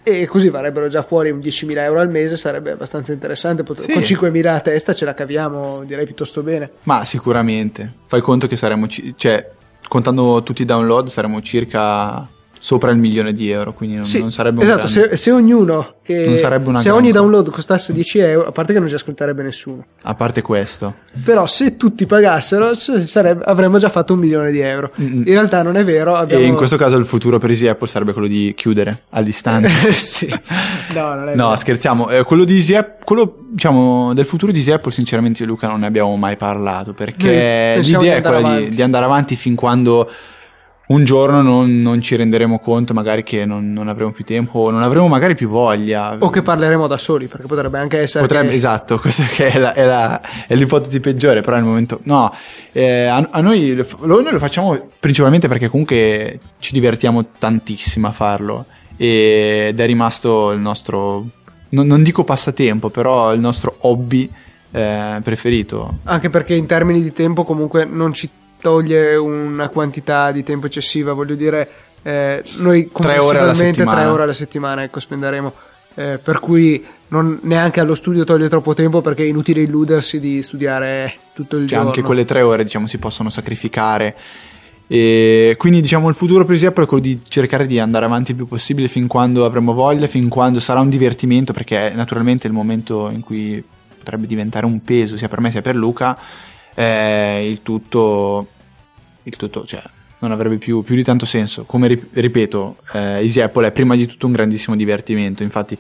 Speaker 1: e così varrebbero già fuori un 10.000 euro al mese, sarebbe abbastanza interessante.
Speaker 2: Sì.
Speaker 1: Con 5.000 a testa ce la caviamo, direi piuttosto bene.
Speaker 2: Ma sicuramente, fai conto che saremo, cioè contando tutti i download saremo circa sopra il 1.000.000 di euro, quindi non sarebbe un
Speaker 1: esatto,
Speaker 2: grande...
Speaker 1: se ognuno
Speaker 2: non sarebbe una
Speaker 1: se ogni download costasse 10 euro, a parte che non ci ascolterebbe nessuno,
Speaker 2: a parte questo,
Speaker 1: però se tutti pagassero avremmo già fatto 1.000.000 di euro. In realtà non è vero,
Speaker 2: e in questo caso il futuro per Easy Apple sarebbe quello di chiudere all'istante.
Speaker 1: Sì. Non è
Speaker 2: no,
Speaker 1: vero.
Speaker 2: scherziamo. Quello di Easy Apple, quello diciamo del futuro di Easy Apple, sinceramente io e Luca non ne abbiamo mai parlato, perché l'idea è quella di andare avanti fin quando un giorno non ci renderemo conto magari che non avremo più tempo, o non avremo magari più voglia,
Speaker 1: o che parleremo da soli, perché potrebbe anche essere
Speaker 2: esatto, questa che è l'ipotesi peggiore, però al momento no, a noi lo facciamo principalmente perché comunque ci divertiamo tantissimo a farlo, ed è rimasto il nostro, non dico passatempo, però il nostro hobby preferito,
Speaker 1: anche perché in termini di tempo comunque non ci toglie una quantità di tempo eccessiva, voglio dire, noi
Speaker 2: 3 ore alla
Speaker 1: settimana ecco, spenderemo, per cui neanche allo studio toglie troppo tempo, perché è inutile illudersi di studiare tutto il giorno.
Speaker 2: Anche quelle 3 ore diciamo si possono sacrificare, e quindi diciamo il futuro per esempio è quello di cercare di andare avanti il più possibile fin quando avremo voglia, fin quando sarà un divertimento, perché naturalmente il momento in cui potrebbe diventare un peso sia per me sia per Luca, il tutto cioè non avrebbe più di tanto senso. Come ripeto, Easy Apple è prima di tutto un grandissimo divertimento, infatti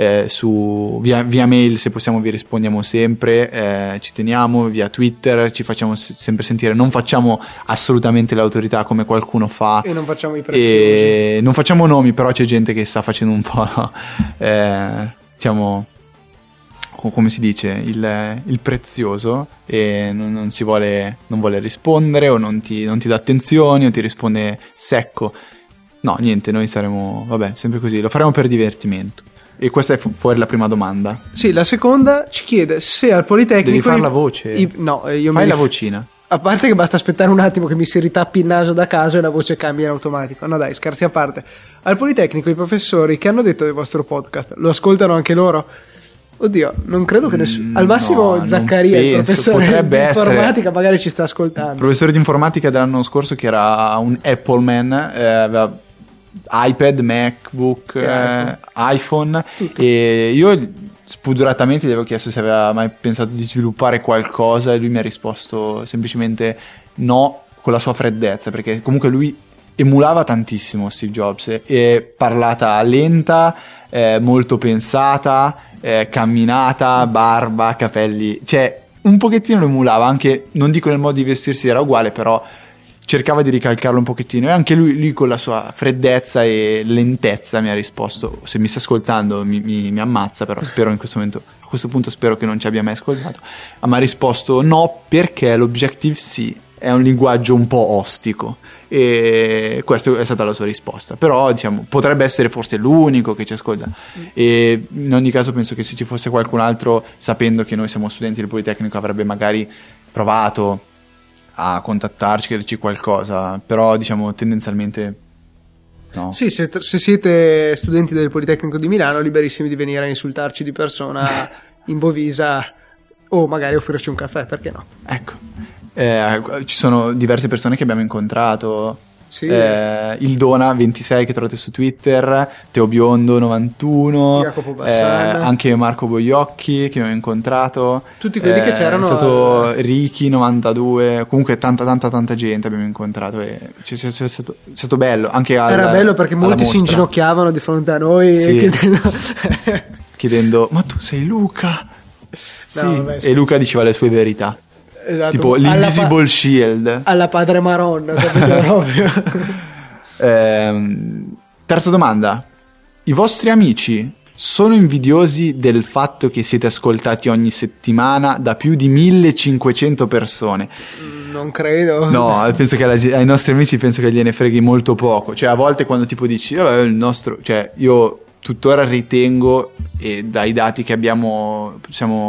Speaker 2: su via mail, se possiamo, vi rispondiamo sempre, ci teniamo, via Twitter ci facciamo sempre sentire, non facciamo assolutamente l'autorità come qualcuno fa,
Speaker 1: e non facciamo i preziosi,
Speaker 2: e non facciamo nomi, però c'è gente che sta facendo un po' diciamo, come si dice, il prezioso, e non vuole rispondere, o non ti dà attenzioni, o ti risponde secco. No, niente, noi saremo, vabbè, sempre così, lo faremo per divertimento. E questa è fuori la prima domanda.
Speaker 1: Sì, la seconda ci chiede se al Politecnico...
Speaker 2: Devi fare la voce.
Speaker 1: No, io
Speaker 2: fai la vocina.
Speaker 1: A parte che basta aspettare un attimo che mi si ritappi il naso da caso e la voce cambia in automatico. No dai, scherzi a parte. Al Politecnico i professori che hanno detto del vostro podcast lo ascoltano anche loro? Oddio, non credo che nessuno. Al massimo
Speaker 2: no,
Speaker 1: Zaccaria, il professore di informatica, magari ci sta
Speaker 2: Il
Speaker 1: ascoltando.
Speaker 2: professore di informatica dell'anno scorso, che era un Apple man, aveva iPad, MacBook, iPhone, e io spudoratamente gli avevo chiesto se aveva mai pensato di sviluppare qualcosa, e lui mi ha risposto semplicemente no, con la sua freddezza, perché comunque lui emulava tantissimo Steve Jobs, e parlata lenta, molto pensata, camminata, barba, capelli, cioè un pochettino lo emulava, anche non dico nel modo di vestirsi era uguale, però cercava di ricalcarlo un pochettino, e anche lui con la sua freddezza e lentezza mi ha risposto, se mi sta ascoltando mi ammazza, però spero a questo punto spero che non ci abbia mai ascoltato, mi ha risposto no, perché l'Objective-C è un linguaggio un po' ostico, e questa è stata la sua risposta. Però diciamo potrebbe essere forse l'unico che ci ascolta, e in ogni caso penso che se ci fosse qualcun altro, sapendo che noi siamo studenti del Politecnico, avrebbe magari provato a contattarci, chiederci qualcosa, però diciamo tendenzialmente no.
Speaker 1: Sì, se siete studenti del Politecnico di Milano, liberissimi di venire a insultarci di persona in Bovisa, o magari offrirci un caffè, perché no?
Speaker 2: Ecco, ci sono diverse persone che abbiamo incontrato,
Speaker 1: sì.
Speaker 2: Il Dona 26 che trovate su Twitter, Teo Biondo 91,
Speaker 1: Jacopo Bassana,
Speaker 2: anche Marco Boiocchi che abbiamo incontrato,
Speaker 1: tutti quelli che c'erano,
Speaker 2: è stato Ricky 92, comunque tanta gente abbiamo incontrato, e è stato bello anche
Speaker 1: era bello perché molti si inginocchiavano di fronte a noi,
Speaker 2: sì. chiedendo ma tu sei Luca?
Speaker 1: No,
Speaker 2: sì.
Speaker 1: vabbè,
Speaker 2: e Luca diceva le sue verità.
Speaker 1: Esatto.
Speaker 2: Tipo l'Invisible Shield
Speaker 1: alla Padre Maronna, sapete proprio.
Speaker 2: Terza domanda: i vostri amici sono invidiosi del fatto che siete ascoltati ogni settimana da più di 1500 persone?
Speaker 1: Non credo.
Speaker 2: No, penso che ai nostri amici penso che gliene freghi molto poco. Cioè a volte quando tipo dici il nostro, cioè io tuttora ritengo, e dai dati che abbiamo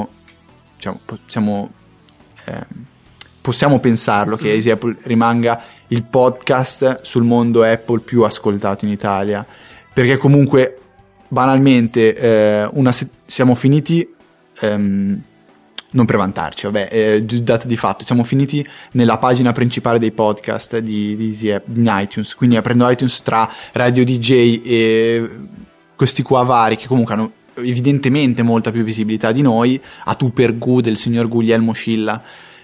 Speaker 2: possiamo pensarlo, che Easy Apple rimanga il podcast sul mondo Apple più ascoltato in Italia, perché comunque banalmente siamo finiti, non per vantarci, vabbè, dato di fatto, siamo finiti nella pagina principale dei podcast di iTunes, quindi aprendo iTunes tra Radio DJ e questi qua vari che comunque hanno evidentemente molta più visibilità di noi, a tu per Gu del signor Guglielmo Scilla,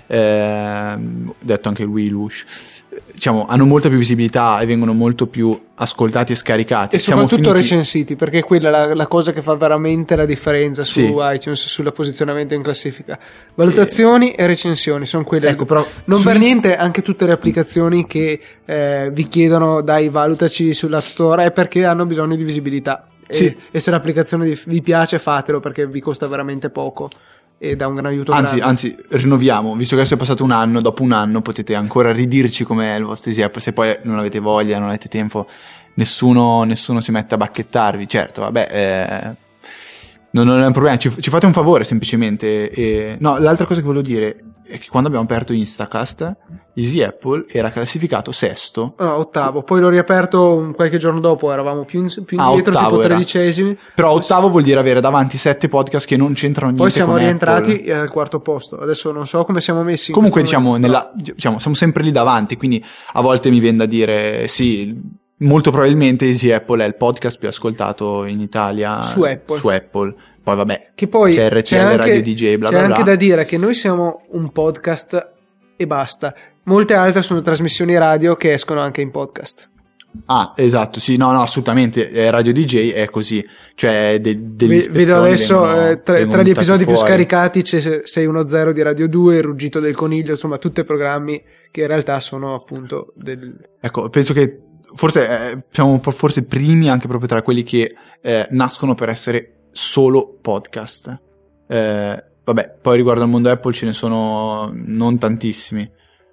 Speaker 2: detto anche lui Lush, diciamo, hanno molta più visibilità e vengono molto più ascoltati e scaricati.
Speaker 1: E soprattutto recensiti, perché quella è la cosa che fa veramente la differenza su iTunes, sul posizionamento in classifica. Valutazioni e recensioni sono quelle.
Speaker 2: Ecco, però
Speaker 1: non per niente anche tutte le applicazioni che vi chiedono dai valutaci sull'App Store è perché hanno bisogno di visibilità.
Speaker 2: Sì.
Speaker 1: E se l'applicazione vi piace, fatelo, perché vi costa veramente poco e dà un gran aiuto.
Speaker 2: Anzi, rinnoviamo, visto che adesso è passato un anno, dopo un anno potete ancora ridirci com'è il vostro Easy Apple. Se poi non avete voglia, non avete tempo, nessuno si mette a bacchettarvi. Certo, vabbè, non è un problema, ci fate un favore semplicemente. No, l'altra cosa che volevo dire è che quando abbiamo aperto Instacast, Easy Apple era classificato sesto.
Speaker 1: No, ottavo, poi l'ho riaperto qualche giorno dopo, eravamo più indietro, tipo 13esimi.
Speaker 2: Però ottavo vuol dire avere davanti 7 podcast che non c'entrano niente.
Speaker 1: Poi siamo
Speaker 2: con
Speaker 1: rientrati
Speaker 2: Apple.
Speaker 1: Al quarto posto. Adesso non so come siamo messi.
Speaker 2: Comunque diciamo, siamo sempre lì davanti, quindi a volte mi viene da dire sì, molto probabilmente Easy Apple è il podcast più ascoltato in Italia
Speaker 1: su Apple.
Speaker 2: Poi vabbè,
Speaker 1: che poi
Speaker 2: c'è RTL, Radio DJ, bla bla bla.
Speaker 1: C'è anche da dire che noi siamo un podcast e basta. Molte altre sono trasmissioni radio che escono anche in podcast.
Speaker 2: Ah, esatto, sì, no, assolutamente. Radio DJ è così, cioè degli
Speaker 1: vedo adesso tra gli episodi
Speaker 2: fuori.
Speaker 1: Più scaricati c'è 610 di Radio 2, Il ruggito del coniglio, insomma tutti programmi che in realtà sono appunto
Speaker 2: Ecco, penso che forse siamo un po' primi anche proprio tra quelli che nascono per essere solo podcast. Vabbè, poi riguardo al mondo Apple ce ne sono non tantissimi,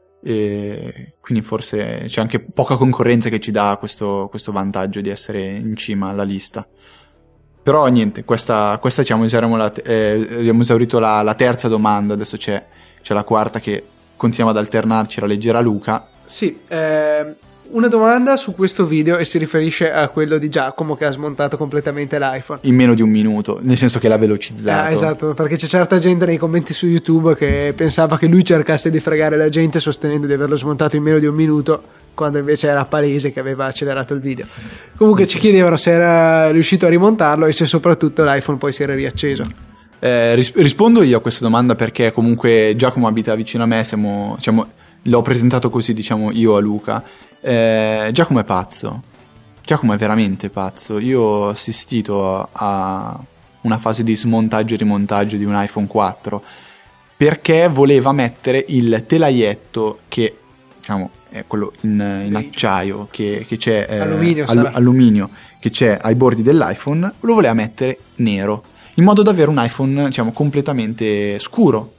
Speaker 2: quindi forse c'è anche poca concorrenza che ci dà questo vantaggio di essere in cima alla lista. Però niente, questa diciamo abbiamo esaurito la terza domanda, adesso c'è la quarta che continuiamo ad alternarci, la leggerà Luca.
Speaker 1: Sì, una domanda su questo video e si riferisce a quello di Giacomo che ha smontato completamente l'iPhone
Speaker 2: in meno di un minuto, nel senso che l'ha velocizzato.
Speaker 1: Esatto, perché c'è certa gente nei commenti su YouTube che pensava che lui cercasse di fregare la gente sostenendo di averlo smontato in meno di un minuto, quando invece era palese che aveva accelerato il video. Comunque ci chiedevano se era riuscito a rimontarlo e se soprattutto l'iPhone poi si era riacceso.
Speaker 2: Rispondo io a questa domanda perché comunque Giacomo abita vicino a me, l'ho presentato così, diciamo, io a Luca. Giacomo è pazzo, Giacomo è veramente pazzo. Io ho assistito a una fase di smontaggio e rimontaggio di un iPhone 4 perché voleva mettere il telaietto che, diciamo, è quello in acciaio che c'è, alluminio che c'è ai bordi dell'iPhone, lo voleva mettere nero in modo da avere un iPhone, diciamo, completamente scuro.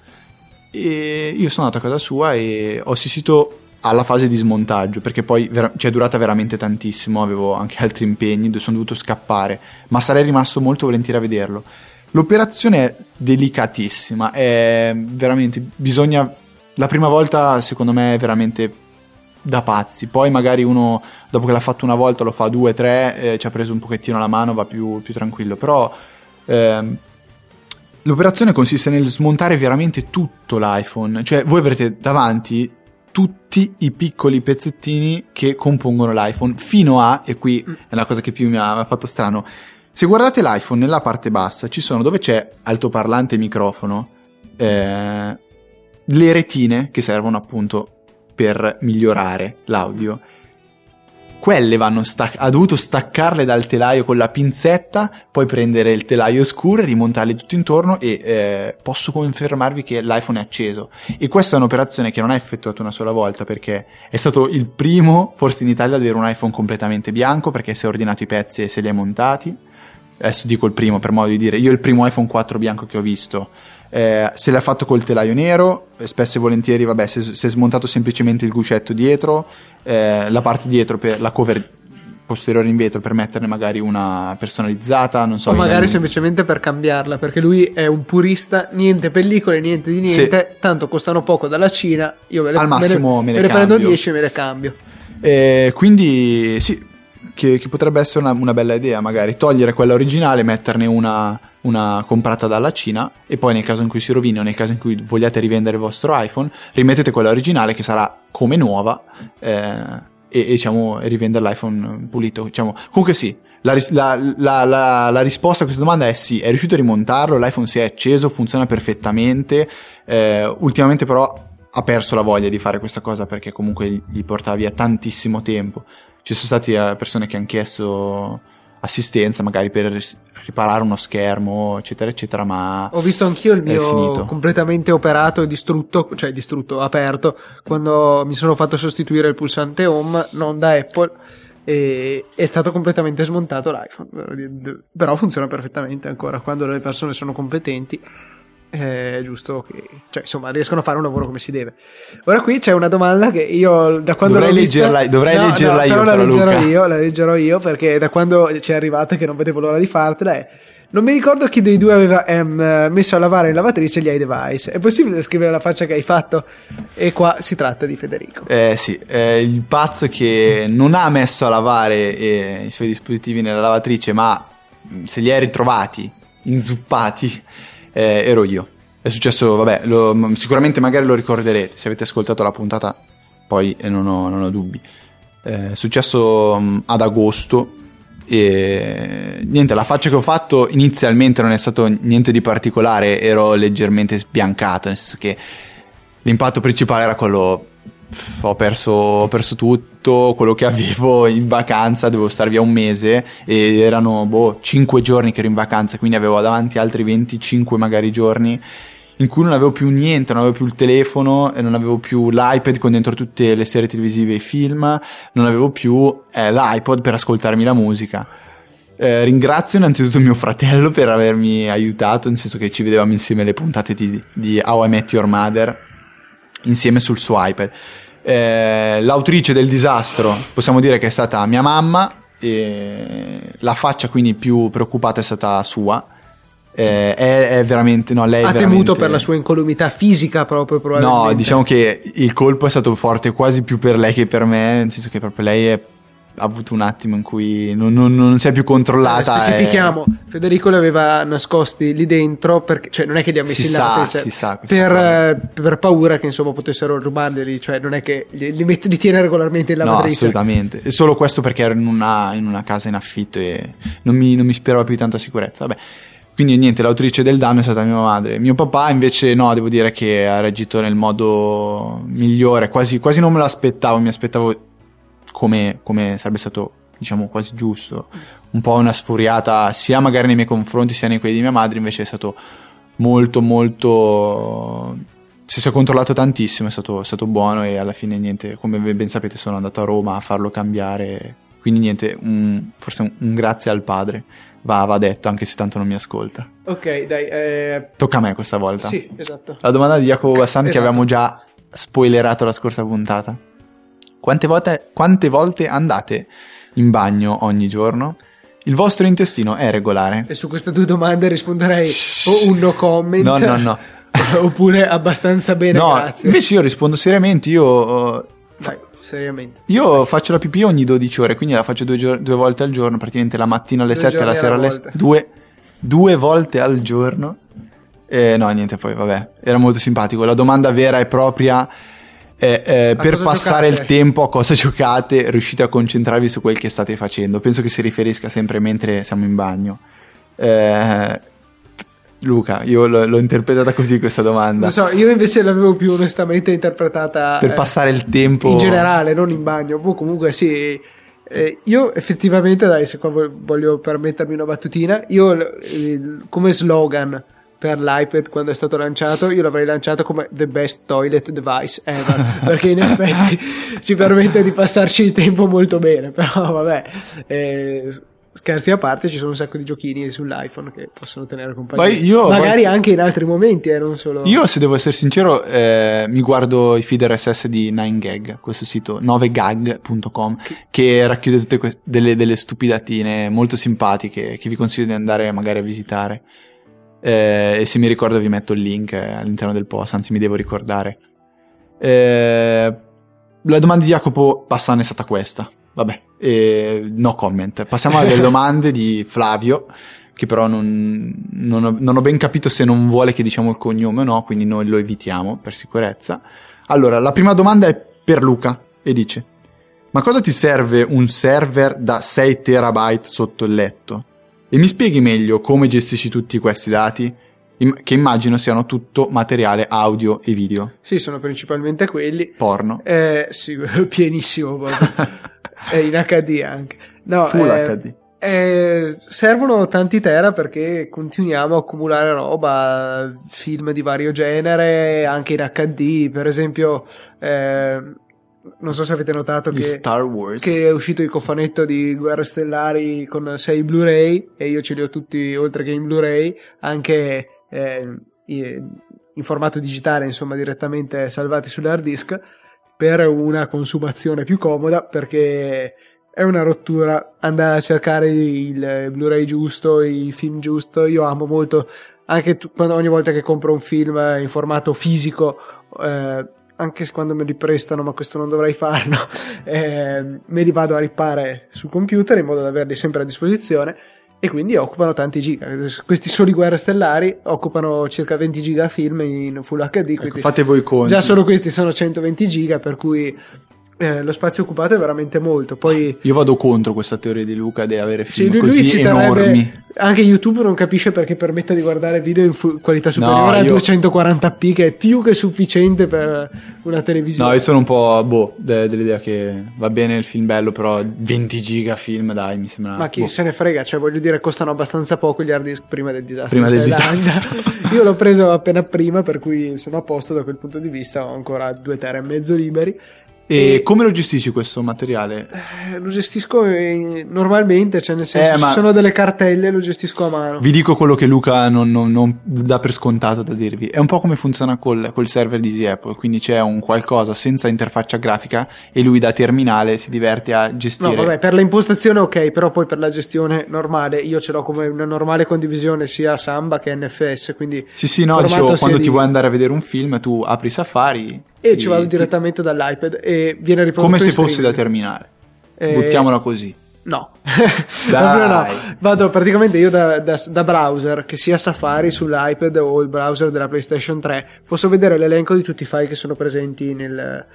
Speaker 2: E io sono andato a casa sua e ho assistito alla fase di smontaggio perché poi è durata veramente tantissimo, avevo anche altri impegni, sono dovuto scappare, ma sarei rimasto molto volentieri a vederlo. L'operazione è delicatissima, è veramente, bisogna, la prima volta secondo me è veramente da pazzi, poi magari uno dopo che l'ha fatto una volta lo fa 2, 3, ci ha preso un pochettino la mano, va più tranquillo, però l'operazione consiste nel smontare veramente tutto l'iPhone, cioè voi avrete davanti tutti i piccoli pezzettini che compongono l'iPhone fino a, e qui è la cosa che più mi ha fatto strano, se guardate l'iPhone nella parte bassa ci sono, dove c'è altoparlante e microfono, le retine che servono appunto per migliorare l'audio. Quelle ha dovuto staccarle dal telaio con la pinzetta, poi prendere il telaio scuro e rimontarle tutto intorno e posso confermarvi che l'iPhone è acceso. E questa è un'operazione che non ha effettuato una sola volta perché è stato il primo, forse in Italia, ad avere un iPhone completamente bianco perché si è ordinato i pezzi e se li ha montati. Adesso dico il primo per modo di dire, io il primo iPhone 4 bianco che ho visto, se l'ha fatto col telaio nero, spesso e volentieri, vabbè, si è smontato semplicemente il guscetto dietro, la parte dietro per la cover posteriore in vetro per metterne magari una personalizzata, non so,
Speaker 1: o magari semplicemente per cambiarla, perché lui è un purista, niente pellicole, niente di niente, sì. Tanto costano poco dalla Cina, io
Speaker 2: al massimo me le
Speaker 1: prendo 10 e me le cambio.
Speaker 2: Quindi sì, che potrebbe essere una bella idea, magari togliere quella originale, metterne una comprata dalla Cina, e poi nel caso in cui si rovini o nel caso in cui vogliate rivendere il vostro iPhone, rimettete quella originale che sarà come nuova, e diciamo rivendere l'iPhone pulito, diciamo. Comunque sì, la risposta a questa domanda è sì, è riuscito a rimontarlo, l'iPhone si è acceso, funziona perfettamente, ultimamente però ha perso la voglia di fare questa cosa perché comunque gli portava via tantissimo tempo. Ci sono stati persone che hanno chiesto assistenza magari per riparare uno schermo, eccetera eccetera, ma
Speaker 1: ho visto anch'io il mio completamente operato e distrutto, aperto, quando mi sono fatto sostituire il pulsante home, non da Apple, e è stato completamente smontato l'iPhone, però funziona perfettamente ancora quando le persone sono competenti. È giusto che, insomma, riescono a fare un lavoro come si deve. Ora qui c'è una domanda che io da quando
Speaker 2: dovrei leggerla io,
Speaker 1: però la leggerò io perché da quando ci è arrivata che non vedevo l'ora di fartela non mi ricordo chi dei due aveva messo a lavare in lavatrice gli iDevice. È possibile descrivere la faccia che hai fatto? E qua si tratta di Federico.
Speaker 2: Sì, il pazzo che non ha messo a lavare i suoi dispositivi nella lavatrice, ma se li è ritrovati inzuppati, ero io. È successo, vabbè, sicuramente magari lo ricorderete se avete ascoltato la puntata, poi non ho dubbi. È successo ad agosto e niente, la faccia che ho fatto inizialmente non è stato niente di particolare, ero leggermente sbiancato, nel senso che l'impatto principale era quello, ho perso tutto quello che avevo in vacanza, dovevo stare via un mese e erano 5 giorni che ero in vacanza, quindi avevo davanti altri 25 magari giorni in cui non avevo più niente, non avevo più il telefono, non avevo più l'iPad con dentro tutte le serie televisive e i film, non avevo più l'iPod per ascoltarmi la musica. Ringrazio innanzitutto mio fratello per avermi aiutato, nel senso che ci vedevamo insieme le puntate di How I Met Your Mother insieme sul suo iPad. L'autrice del disastro possiamo dire che è stata mia mamma, e la faccia quindi più preoccupata è stata sua. È veramente lei
Speaker 1: ha
Speaker 2: veramente
Speaker 1: temuto per la sua incolumità fisica proprio, probabilmente.
Speaker 2: No, diciamo che il colpo è stato forte quasi più per lei che per me, nel senso che proprio lei ha avuto un attimo in cui non si è più controllata.
Speaker 1: Specifichiamo, Federico li aveva nascosti lì dentro perché, non è che li ha messi là per paura che insomma potessero rubarli, non è che li tiene regolarmente in lavatrice.
Speaker 2: No, assolutamente, è solo questo perché ero in una casa in affitto e non mi ispirava più tanta sicurezza. Vabbè, quindi niente, l'autrice del danno è stata mia madre. Mio papà invece no, devo dire che ha reagito nel modo migliore, quasi non me lo aspettavo, mi aspettavo come sarebbe stato, diciamo, quasi giusto, un po' una sfuriata sia magari nei miei confronti sia nei quelli di mia madre. Invece è stato molto si è controllato tantissimo, è stato buono, e alla fine niente, come ben sapete sono andato a Roma a farlo cambiare, quindi niente, forse un grazie al padre va detto, anche se tanto non mi ascolta.
Speaker 1: Ok, dai,
Speaker 2: tocca a me questa volta.
Speaker 1: Sì, esatto.
Speaker 2: La domanda di Jacopo Bassan, che avevamo già spoilerato la scorsa puntata. Quante volte andate in bagno ogni giorno? Il vostro intestino è regolare?
Speaker 1: E su queste due domande risponderei o un no comment.
Speaker 2: No.
Speaker 1: Oppure abbastanza bene,
Speaker 2: no,
Speaker 1: grazie.
Speaker 2: Invece io rispondo seriamente.
Speaker 1: Seriamente.
Speaker 2: Io faccio la pipì ogni 12 ore, quindi la faccio due volte al giorno, praticamente la mattina alle 7 e la sera alle 2 volte al giorno. No, niente, poi vabbè, era molto simpatico. La domanda vera e propria è per passare il tempo, a cosa giocate, riuscite a concentrarvi su quel che state facendo? Penso che si riferisca sempre mentre siamo in bagno. Luca, io l'ho interpretata così questa domanda.
Speaker 1: Lo so, io invece l'avevo più onestamente interpretata
Speaker 2: per passare il tempo
Speaker 1: in generale, non in bagno. Comunque sì, io effettivamente, dai, se qua voglio permettermi una battutina, io come slogan per l'iPad quando è stato lanciato, io l'avrei lanciato come the best toilet device ever, perché in effetti ci permette di passarci il tempo molto bene. Però vabbè, scherzi a parte, ci sono un sacco di giochini sull'iPhone che possono tenere compagnia, magari anche in altri momenti, non solo.
Speaker 2: Io, se devo essere sincero, mi guardo i feed RSS di 9gag, questo sito 9gag.com, che racchiude tutte delle stupidatine molto simpatiche che vi consiglio di andare magari a visitare, e se mi ricordo vi metto il link all'interno del post, anzi mi devo ricordare. La domanda di Jacopo Bassan è stata questa: vabbè, no comment. Passiamo alle domande di Flavio, che però non ho ben capito se non vuole che diciamo il cognome o no, quindi noi lo evitiamo per sicurezza. Allora, la prima domanda è per Luca e dice: ma cosa ti serve un server da 6 terabyte sotto il letto? E mi spieghi meglio come gestisci tutti questi dati? Che immagino siano tutto materiale audio e video.
Speaker 1: Sì, sono principalmente quelli.
Speaker 2: Porno.
Speaker 1: Sì, pienissimo proprio. In HD anche. No,
Speaker 2: Full HD.
Speaker 1: Servono tanti tera perché continuiamo a accumulare roba, film di vario genere, anche in HD. Per esempio, non so se avete notato
Speaker 2: di Star Wars,
Speaker 1: che è uscito il cofanetto di Guerre Stellari con 6 Blu-ray, e io ce li ho tutti, oltre che in Blu-ray, anche in formato digitale, insomma direttamente salvati sull'hard disk, per una consumazione più comoda, perché è una rottura andare a cercare il Blu-ray giusto, il film giusto. Io amo molto, anche ogni volta che compro un film in formato fisico, anche quando me li prestano, ma questo non dovrei farlo, me li vado a rippare sul computer in modo da averli sempre a disposizione, e quindi occupano tanti giga. Questi soli Guerre Stellari occupano circa 20 giga film in Full HD,
Speaker 2: ecco, fate voi conti.
Speaker 1: Già solo questi sono 120 giga, per cui lo spazio occupato è veramente molto. Poi
Speaker 2: io vado contro questa teoria di Luca di avere film
Speaker 1: lui
Speaker 2: così enormi.
Speaker 1: Anche YouTube non capisce perché permetta di guardare video in qualità superiore a 240p, che è più che sufficiente per una televisione.
Speaker 2: No, io sono un po' dell'idea che va bene il film bello, però 20 giga film, dai, mi sembra.
Speaker 1: Ma chi se ne frega, cioè voglio dire, costano abbastanza poco gli hard disk prima del disastro.
Speaker 2: Prima del disastro.
Speaker 1: Io l'ho preso appena prima, per cui sono a posto da quel punto di vista, ho ancora 2 tera e mezzo liberi.
Speaker 2: E come lo gestisci questo materiale?
Speaker 1: Lo gestisco normalmente, cioè nel senso, ci sono delle cartelle, lo gestisco a mano.
Speaker 2: Vi dico quello che Luca non dà per scontato da dirvi. È un po' come funziona col server di Easy Apple, quindi c'è un qualcosa senza interfaccia grafica e lui da terminale si diverte a gestire.
Speaker 1: No, vabbè, per l'impostazione ok, però poi per la gestione normale io ce l'ho come una normale condivisione sia Samba che NFS, quindi
Speaker 2: sì, no, dicevo, quando ti vuoi andare a vedere un film tu apri Safari
Speaker 1: e ci vado direttamente dall'iPad e viene riprodotto
Speaker 2: come se fossi da terminale. Buttiamola così.
Speaker 1: No, proprio no. Vado praticamente io da browser, che sia Safari sull'iPad o il browser della PlayStation 3, posso vedere l'elenco di tutti i file che sono presenti nel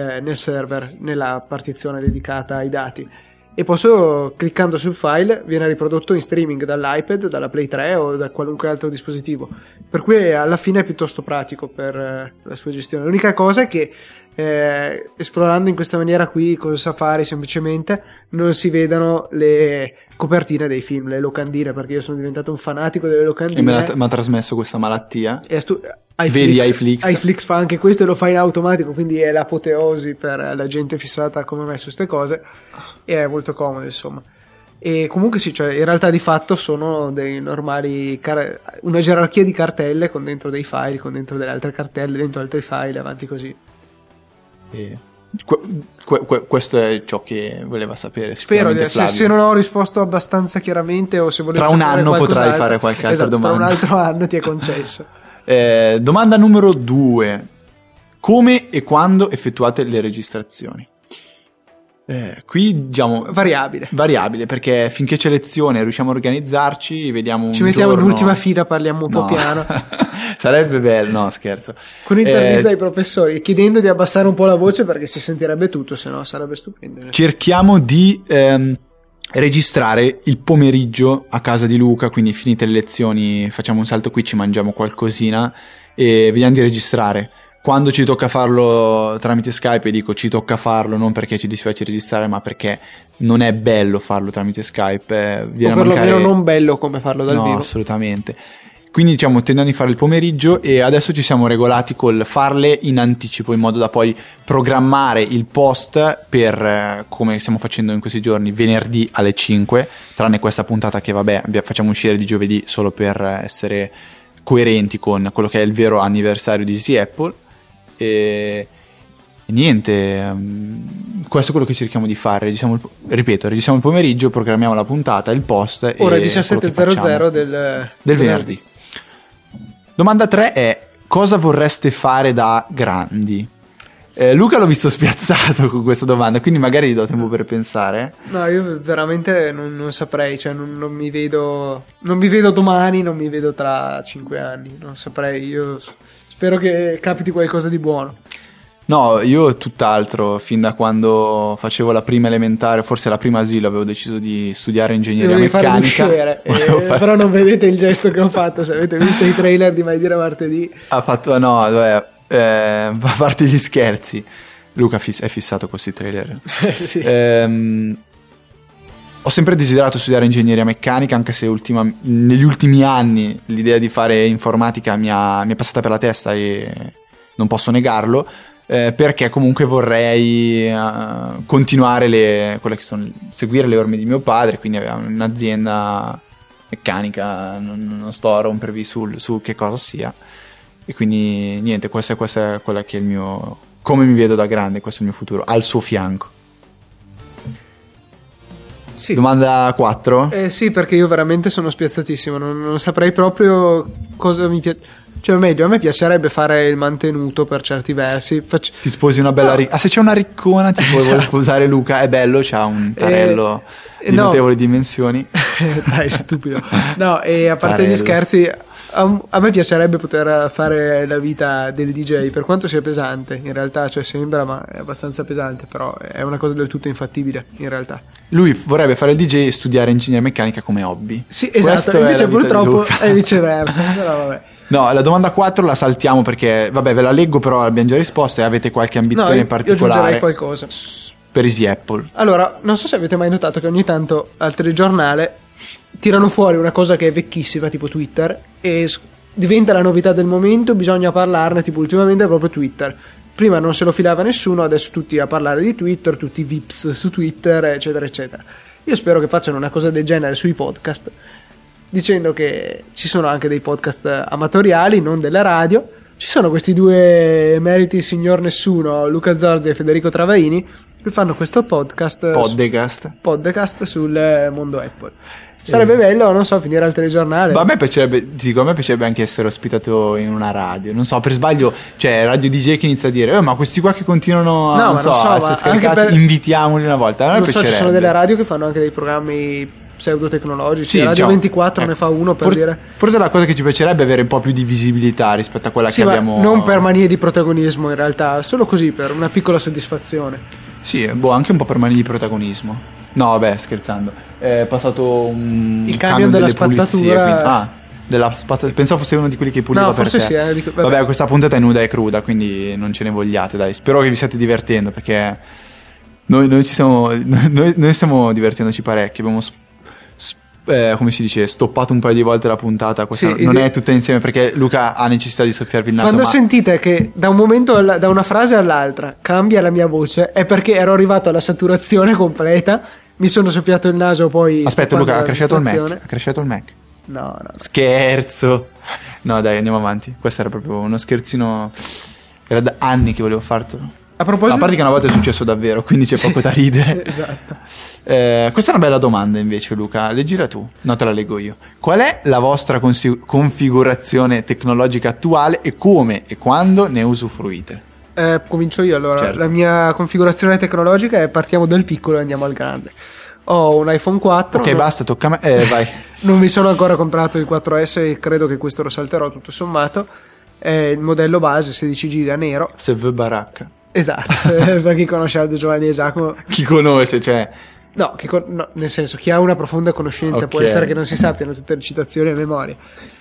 Speaker 1: server, nella partizione dedicata ai dati, e posso, cliccando sul file, viene riprodotto in streaming dall'iPad, dalla Play 3 o da qualunque altro dispositivo, per cui alla fine è piuttosto pratico per la sua gestione. L'unica cosa è che esplorando in questa maniera qui con Safari semplicemente non si vedano le copertine dei film, le locandine, perché io sono diventato un fanatico delle locandine
Speaker 2: e mi ha trasmesso questa malattia.
Speaker 1: Vedi iFlix fa anche questo e lo fa in automatico, quindi è l'apoteosi per la gente fissata come me su queste cose, e è molto comodo, insomma. E comunque sì, cioè in realtà di fatto sono dei normali una gerarchia di cartelle con dentro dei file, con dentro delle altre cartelle, dentro altri file, avanti così.
Speaker 2: Questo è ciò che voleva sapere.
Speaker 1: Spero, se non ho risposto abbastanza chiaramente, o se volete
Speaker 2: tra un anno potrai fare qualche altra domanda.
Speaker 1: Tra un altro anno ti è concesso.
Speaker 2: Domanda numero 2: come e quando effettuate le registrazioni? Qui diciamo variabile, perché finché c'è lezione riusciamo a organizzarci, vediamo
Speaker 1: ci mettiamo in ultima fila, parliamo un po' piano.
Speaker 2: Sarebbe bello, no scherzo,
Speaker 1: con intervista ai professori, chiedendo di abbassare un po' la voce perché si sentirebbe tutto, se no sarebbe stupendo.
Speaker 2: Cerchiamo di registrare il pomeriggio a casa di Luca, quindi finite le lezioni facciamo un salto qui, ci mangiamo qualcosina e vediamo di registrare. Quando ci tocca farlo tramite Skype, e dico ci tocca farlo non perché ci dispiace registrare, ma perché non è bello farlo tramite Skype, viene
Speaker 1: o perlomeno non bello come farlo dal vivo.
Speaker 2: No, assolutamente. Quindi diciamo tendiamo di fare il pomeriggio, e adesso ci siamo regolati col farle in anticipo, in modo da poi programmare il post per, come stiamo facendo in questi giorni, venerdì alle 5, tranne questa puntata che vabbè facciamo uscire di giovedì solo per essere coerenti con quello che è il vero anniversario di Easy Apple. E niente, questo è quello che cerchiamo di fare. Registriamo il pomeriggio, programmiamo la puntata, il post,
Speaker 1: ora 17:00 del
Speaker 2: venerdì. Domanda 3 è: cosa vorreste fare da grandi? Luca l'ho visto spiazzato con questa domanda, quindi magari gli do tempo per pensare.
Speaker 1: No, io veramente non saprei, cioè non mi vedo domani, non mi vedo tra 5 anni, non saprei, io spero che capiti qualcosa di buono.
Speaker 2: No, io tutt'altro, fin da quando facevo la prima elementare, forse la prima asilo, avevo deciso di studiare ingegneria meccanica.
Speaker 1: Però non vedete il gesto che ho fatto, se avete visto i trailer di Mai Dire Martedì.
Speaker 2: Ha fatto, no, vabbè. A parte gli scherzi, Luca è fissato con questi trailer.
Speaker 1: Sì.
Speaker 2: Ho sempre desiderato studiare ingegneria meccanica, anche se negli ultimi anni l'idea di fare informatica mi è passata per la testa e non posso negarlo, perché comunque vorrei continuare seguire le orme di mio padre, quindi aveva un'azienda meccanica, non sto a rompervi su che cosa sia. E quindi niente, questa è quella che è il mio, come mi vedo da grande, questo è il mio futuro, al suo fianco.
Speaker 1: Sì.
Speaker 2: Domanda 4?
Speaker 1: Sì, perché io veramente sono spiazzatissimo, non saprei proprio cosa mi piace. Cioè, meglio, a me piacerebbe fare il mantenuto per certi versi.
Speaker 2: Ti sposi una bella se c'è una riccona tipo esatto. Vuole sposare Luca, è bello, c'ha un tarello di notevoli dimensioni.
Speaker 1: Dai, stupido. No, e a parte gli scherzi, a me piacerebbe poter fare la vita del DJ, per quanto sia pesante in realtà, cioè sembra, ma è abbastanza pesante, però è una cosa del tutto infattibile in realtà.
Speaker 2: Lui vorrebbe fare il DJ e studiare ingegneria meccanica come hobby.
Speaker 1: Sì, esatto, invece purtroppo è viceversa. Però vabbè.
Speaker 2: No, la domanda 4 la saltiamo perché, vabbè, ve la leggo, però abbiamo già risposto. E avete qualche ambizione in particolare?
Speaker 1: Io aggiungerei qualcosa
Speaker 2: per Easy Apple.
Speaker 1: Allora, non so se avete mai notato che ogni tanto al telegiornale tirano fuori una cosa che è vecchissima, tipo Twitter, e diventa la novità del momento, bisogna parlarne, tipo ultimamente è proprio Twitter. Prima non se lo filava nessuno, adesso tutti a parlare di Twitter, tutti i VIPs su Twitter, eccetera, eccetera. Io spero che facciano una cosa del genere sui podcast, dicendo che ci sono anche dei podcast amatoriali, non della radio. Ci sono questi due emeriti signor nessuno, Luca Zorzi e Federico Travaini, che fanno questo podcast sul mondo Apple. Sarebbe bello, non so, finire al telegiornale.
Speaker 2: Ma a me piacerebbe anche essere ospitato in una radio. Non so, per sbaglio c'è Radio DJ che inizia a dire ma questi qua che continuano a, a essere scaricati, invitiamoli una volta. A me
Speaker 1: piacerebbe. Ci sono delle radio che fanno anche dei programmi pseudotecnologici.
Speaker 2: Sì,
Speaker 1: Radio 24 ne fa uno per dire.
Speaker 2: Forse la cosa che ci piacerebbe è avere un po' più di visibilità rispetto a quella che abbiamo.
Speaker 1: Non per manie di protagonismo in realtà, solo così per una piccola soddisfazione.
Speaker 2: Sì, anche un po' per manie di protagonismo. No, vabbè, scherzando. È passato il
Speaker 1: cambio della spazzatura.
Speaker 2: Pensavo fosse uno di quelli che puliva per te.
Speaker 1: Sì,
Speaker 2: vabbè, questa puntata è nuda e cruda, quindi non ce ne vogliate, dai. Spero che vi stiate divertendo, perché noi stiamo divertendoci parecchio. Abbiamo come si dice, stoppato un paio di volte la puntata. Questa non è tutta insieme, perché Luca ha necessità di soffiarvi il naso.
Speaker 1: Quando sentite che da un momento da una frase all'altra cambia la mia voce, è perché ero arrivato alla saturazione completa. Mi sono soffiato il naso, poi.
Speaker 2: Aspetta, Luca, ha cresciuto il Mac?
Speaker 1: No.
Speaker 2: Scherzo. No, dai, andiamo avanti. Questo era proprio uno scherzino. Era da anni che volevo fartelo.
Speaker 1: A proposito,
Speaker 2: a parte che una volta è successo davvero, quindi c'è poco da ridere.
Speaker 1: Esatto.
Speaker 2: Questa è una bella domanda invece, Luca. Leggila tu. No, te la leggo io. Qual è la vostra configurazione tecnologica attuale e come e quando ne usufruite?
Speaker 1: Comincio io allora.
Speaker 2: Certo.
Speaker 1: La mia configurazione tecnologica è: partiamo dal piccolo e andiamo al grande. Ho un iPhone 4.
Speaker 2: Ok, basta, tocca a me. Vai.
Speaker 1: Non mi sono ancora comprato il 4S e credo che questo lo salterò tutto sommato. È il modello base 16 giga nero.
Speaker 2: Seve Baracca.
Speaker 1: Esatto, per chi conosce Aldo, Giovanni e Giacomo.
Speaker 2: Chi conosce, cioè.
Speaker 1: No, nel senso, chi ha una profonda conoscenza,
Speaker 2: okay.
Speaker 1: Può essere che non si sappiano tutte le citazioni a memoria.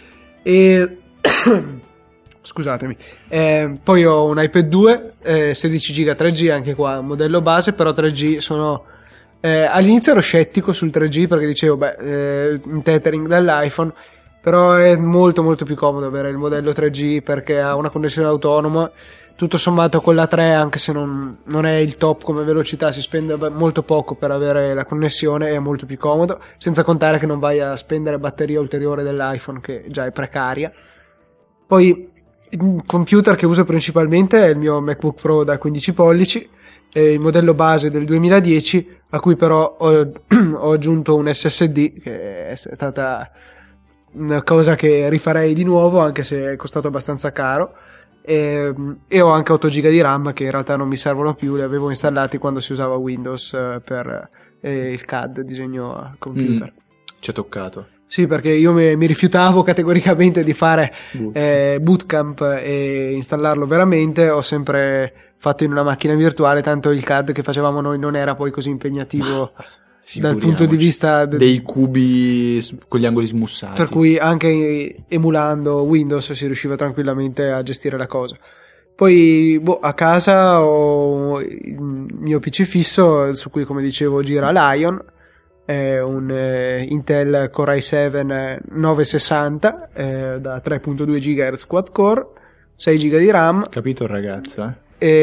Speaker 1: E scusatemi. Poi ho un iPad 2, 16 giga 3G, anche qua modello base, però 3G sono. All'inizio ero scettico sul 3G perché dicevo, un tethering dall'iPhone, però è molto molto più comodo avere il modello 3G perché ha una connessione autonoma. Tutto sommato con la 3, anche se non è il top come velocità, si spende molto poco per avere la connessione, è molto più comodo, senza contare che non vai a spendere batteria ulteriore dell'iPhone, che già è precaria. Poi il computer che uso principalmente è il mio MacBook Pro da 15 pollici, il modello base del 2010, a cui però ho aggiunto un SSD, che è stata una cosa che rifarei di nuovo, anche se è costato abbastanza caro. e ho anche 8 giga di RAM che in realtà non mi servono più, li avevo installati quando si usava Windows per il CAD, disegno a computer.
Speaker 2: Ci è toccato.
Speaker 1: Sì, perché io mi rifiutavo categoricamente di fare bootcamp e installarlo veramente. Ho sempre fatto in una macchina virtuale, tanto il CAD che facevamo noi non era poi così impegnativo dal punto di vista
Speaker 2: dei cubi con gli angoli smussati,
Speaker 1: per cui anche emulando Windows si riusciva tranquillamente a gestire la cosa. Poi a casa ho il mio PC fisso su cui, come dicevo, gira Lion, è un Intel Core i7 960 da 3.2 GHz quad core, 6 GB di RAM.
Speaker 2: Capito il ragazzo?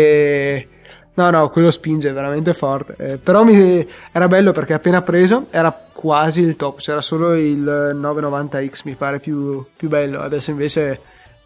Speaker 1: No, quello spinge veramente forte, però era bello perché appena preso era quasi il top, c'era solo il 990X mi pare più bello, adesso invece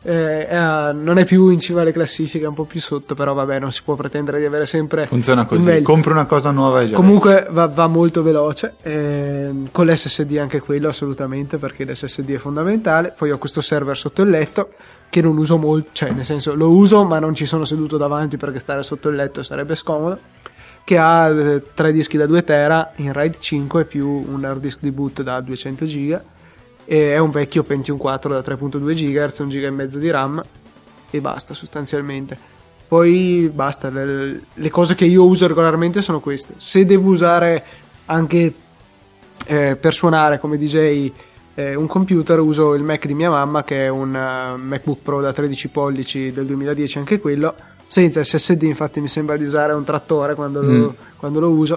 Speaker 1: non è più in cima alle classifiche, è un po' più sotto, però vabbè, non si può pretendere di avere sempre.
Speaker 2: Funziona così, compri una cosa nuova e già
Speaker 1: comunque va molto veloce, con l'SSD anche quello assolutamente, perché l'SSD è fondamentale. Poi ho questo server sotto il letto che non uso molto, cioè nel senso lo uso ma non ci sono seduto davanti perché stare sotto il letto sarebbe scomodo, che ha 3 dischi da 2 tera in RAID 5 più un hard disk di boot da 200 giga, e è un vecchio Pentium 4 da 3.2 GHz, 1 giga e mezzo di RAM e basta sostanzialmente. Poi basta, le cose che io uso regolarmente sono queste. Se devo usare anche per suonare come DJ un computer, uso il Mac di mia mamma, che è un MacBook Pro da 13 pollici del 2010 anche quello, senza SSD, infatti mi sembra di usare un trattore quando lo uso,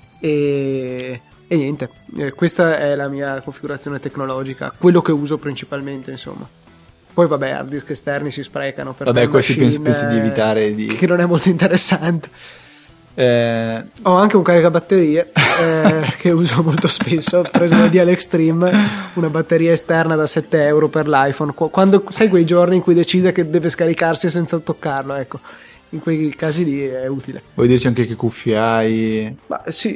Speaker 1: e niente, questa è la mia configurazione tecnologica, quello che uso principalmente, insomma. Poi vabbè, hard disk esterni si sprecano per
Speaker 2: questi penso di evitare
Speaker 1: che non è molto interessante. Ho anche un caricabatterie che uso molto spesso, ho preso da DL Extreme una batteria esterna da 7 euro per l'iPhone, quando sai quei giorni in cui decide che deve scaricarsi senza toccarlo, ecco, in quei casi lì è utile.
Speaker 2: Vuoi dirci anche che cuffie hai?
Speaker 1: Ma sì,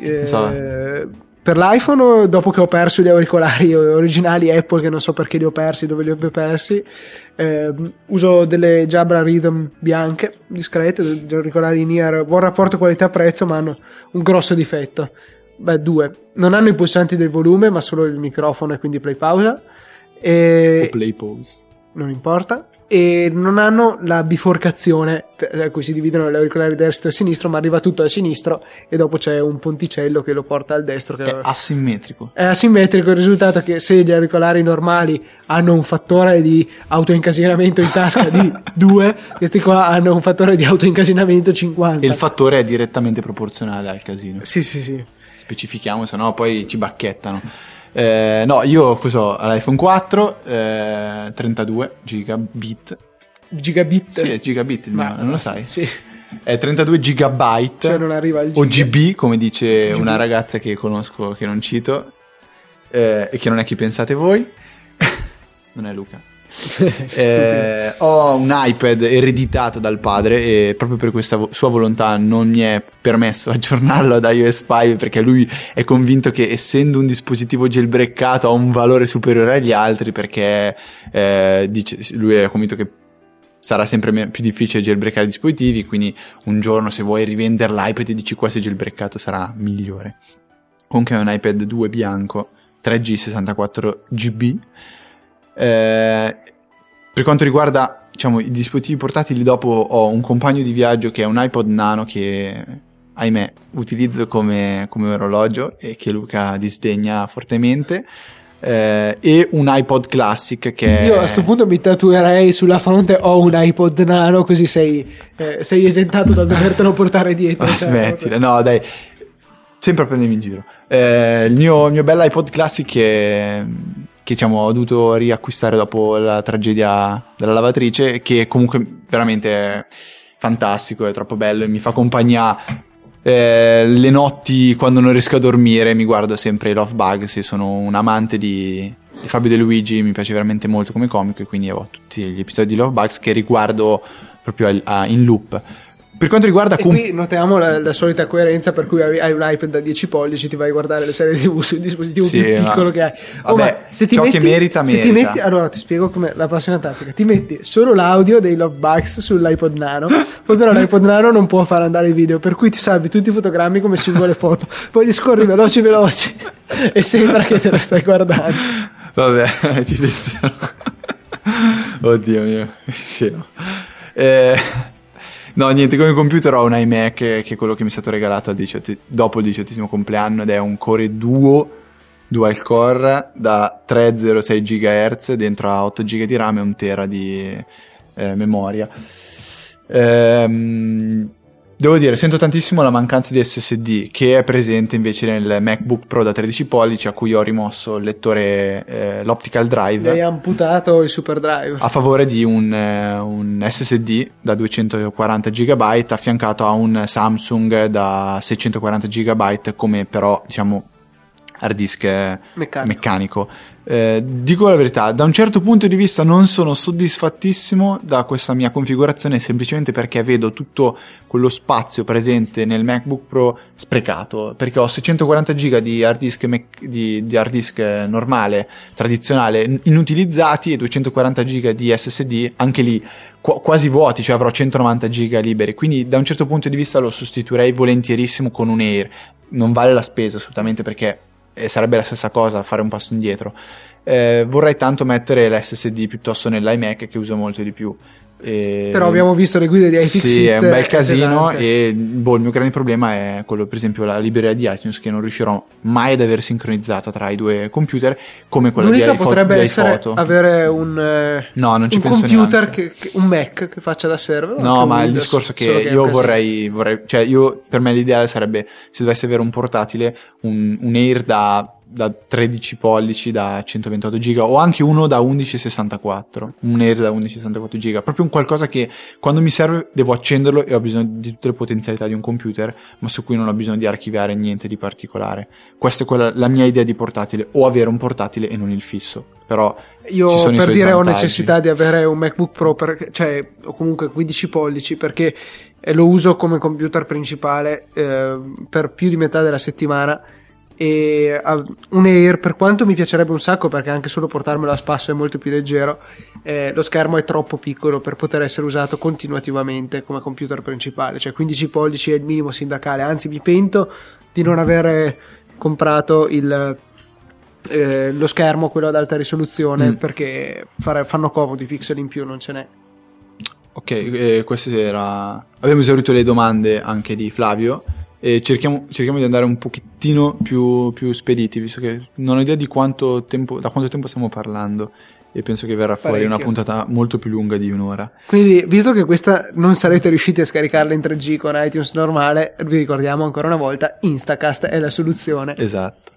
Speaker 1: per l'iPhone, dopo che ho perso gli auricolari originali Apple, che non so perché li ho persi, dove li ho persi, uso delle Jabra Rhythm bianche, discrete, degli auricolari in-ear, buon rapporto qualità-prezzo, ma hanno un grosso difetto. Due, non hanno i pulsanti del volume, ma solo il microfono e quindi play pausa.
Speaker 2: O play pause.
Speaker 1: Non importa. E non hanno la biforcazione a cui si dividono gli auricolari destro e sinistro, ma arriva tutto al sinistro e dopo c'è un ponticello che lo porta al destro, che
Speaker 2: è asimmetrico.
Speaker 1: È asimmetrico, il risultato è che se gli auricolari normali hanno un fattore di autoincasinamento in tasca di 2, questi qua hanno un fattore di autoincasinamento 50.
Speaker 2: E il fattore è direttamente proporzionale al casino.
Speaker 1: Sì.
Speaker 2: Specifichiamo, sennò poi ci bacchettano. No, io ho all'iPhone 4 32 gigabit.
Speaker 1: Gigabit?
Speaker 2: Sì, è gigabit il mio, non lo sai?
Speaker 1: Sì.
Speaker 2: È 32 gigabyte,
Speaker 1: cioè non arriva al
Speaker 2: o GB, come dice una ragazza che conosco, che non cito, e che non è chi pensate voi. Non è Luca. Ho un iPad ereditato dal padre e proprio per questa sua volontà non mi è permesso aggiornarlo ad iOS 5, perché lui è convinto che, essendo un dispositivo jailbreakato, ha un valore superiore agli altri, perché lui è convinto che sarà sempre più difficile jailbreakare i dispositivi, quindi un giorno, se vuoi rivendere l'iPad e dici questo è jailbreakato, sarà migliore. Comunque è un iPad 2 bianco, 3G 64 GB. Per quanto riguarda, diciamo, i dispositivi portatili, dopo ho un compagno di viaggio che è un iPod Nano che, ahimè, utilizzo come orologio e che Luca disdegna fortemente, e un iPod Classic che
Speaker 1: io a sto punto mi tatuerei sulla fronte "ho un iPod Nano", così sei esentato dal dovertelo portare dietro.
Speaker 2: Smettila, no dai, sempre a prendermi in giro. Il mio bel iPod Classic che diciamo ho dovuto riacquistare dopo la tragedia della lavatrice, che comunque veramente è fantastico, è troppo bello e mi fa compagnia le notti quando non riesco a dormire. Mi guardo sempre Love Bugs e sono un amante di Fabio De Luigi, mi piace veramente molto come comico, e quindi ho tutti gli episodi di Love Bugs che riguardo proprio in loop. Per quanto riguarda
Speaker 1: qui notiamo la solita coerenza per cui hai un iPad da 10 pollici, ti vai a guardare le serie TV sul dispositivo più piccolo che hai.
Speaker 2: Vabbè, se ti ciò metti, che merita.
Speaker 1: Ti metti, allora ti spiego come la prossima tattica: ti metti solo l'audio dei Love Bugs sull'iPod Nano, poi però l'iPod Nano non può far andare i video, per cui ti salvi tutti i fotogrammi come singole foto, poi li scorri veloci e sembra che te lo stai guardando.
Speaker 2: Vabbè, ci penserò. Oddio mio, scemo. No, niente, come computer ho un iMac che è quello che mi è stato regalato dopo il 18° compleanno, ed è un Core Duo Dual Core da 306 GHz, dentro a 8 GB di RAM e 1 tera di memoria. Devo dire, sento tantissimo la mancanza di SSD, che è presente invece nel MacBook Pro da 13 pollici, a cui ho rimosso il lettore, l'optical drive.
Speaker 1: Hai amputato il super drive
Speaker 2: a favore di un SSD da 240 GB affiancato a un Samsung da 640 GB, come però, diciamo, hard disk meccanico. Dico la verità, da un certo punto di vista non sono soddisfattissimo da questa mia configurazione, semplicemente perché vedo tutto quello spazio presente nel MacBook Pro sprecato, perché ho 640 GB di hard disk di hard disk normale, tradizionale, inutilizzati, e 240 GB di SSD anche lì quasi vuoti, cioè avrò 190 GB liberi. Quindi da un certo punto di vista lo sostituirei volentierissimo con un Air. Non vale la spesa assolutamente, perché sarebbe la stessa cosa fare un passo indietro. Vorrei tanto mettere l'SSD piuttosto nell'iMac, che uso molto di più.
Speaker 1: Però abbiamo visto le guide di iFixit.
Speaker 2: Sì, è un bel casino, e il mio grande problema è quello, per esempio, la libreria di iTunes, che non riuscirò mai ad aver sincronizzata tra i due computer, come quella
Speaker 1: L'unica
Speaker 2: di
Speaker 1: potrebbe essere
Speaker 2: iPhoto.
Speaker 1: Avere un computer un Mac che faccia da server.
Speaker 2: No, ma il discorso che io vorrei, cioè io, per me l'ideale sarebbe, se dovessi avere un portatile, un Air da 13 pollici da 128 giga, o anche uno da 1164, un Air da 1164 giga, proprio un qualcosa che quando mi serve devo accenderlo e ho bisogno di tutte le potenzialità di un computer, ma su cui non ho bisogno di archiviare niente di particolare. Questa è la mia idea di portatile, o avere un portatile e non il fisso. Però
Speaker 1: io,
Speaker 2: ci sono
Speaker 1: per
Speaker 2: i
Speaker 1: dire,
Speaker 2: svantaggi.
Speaker 1: ho necessità di avere un MacBook Pro, o comunque 15 pollici, perché lo uso come computer principale per più di metà della settimana. E un Air, per quanto mi piacerebbe un sacco, perché anche solo portarmelo a spasso è molto più leggero, lo schermo è troppo piccolo per poter essere usato continuativamente come computer principale. Cioè 15 pollici è il minimo sindacale, anzi mi pento di non avere comprato lo schermo, quello ad alta risoluzione, perché fanno comodo i pixel in più, non ce n'è.
Speaker 2: Ok, abbiamo esaurito le domande anche di Flavio, e cerchiamo di andare un pochettino più spediti, visto che non ho idea da quanto tempo stiamo parlando, e penso che verrà fuori una puntata molto più lunga di un'ora. Quindi,
Speaker 1: visto che questa non sarete riusciti a scaricarla in 3G con iTunes normale, vi ricordiamo ancora una volta, Instacast è la soluzione.
Speaker 2: Esatto.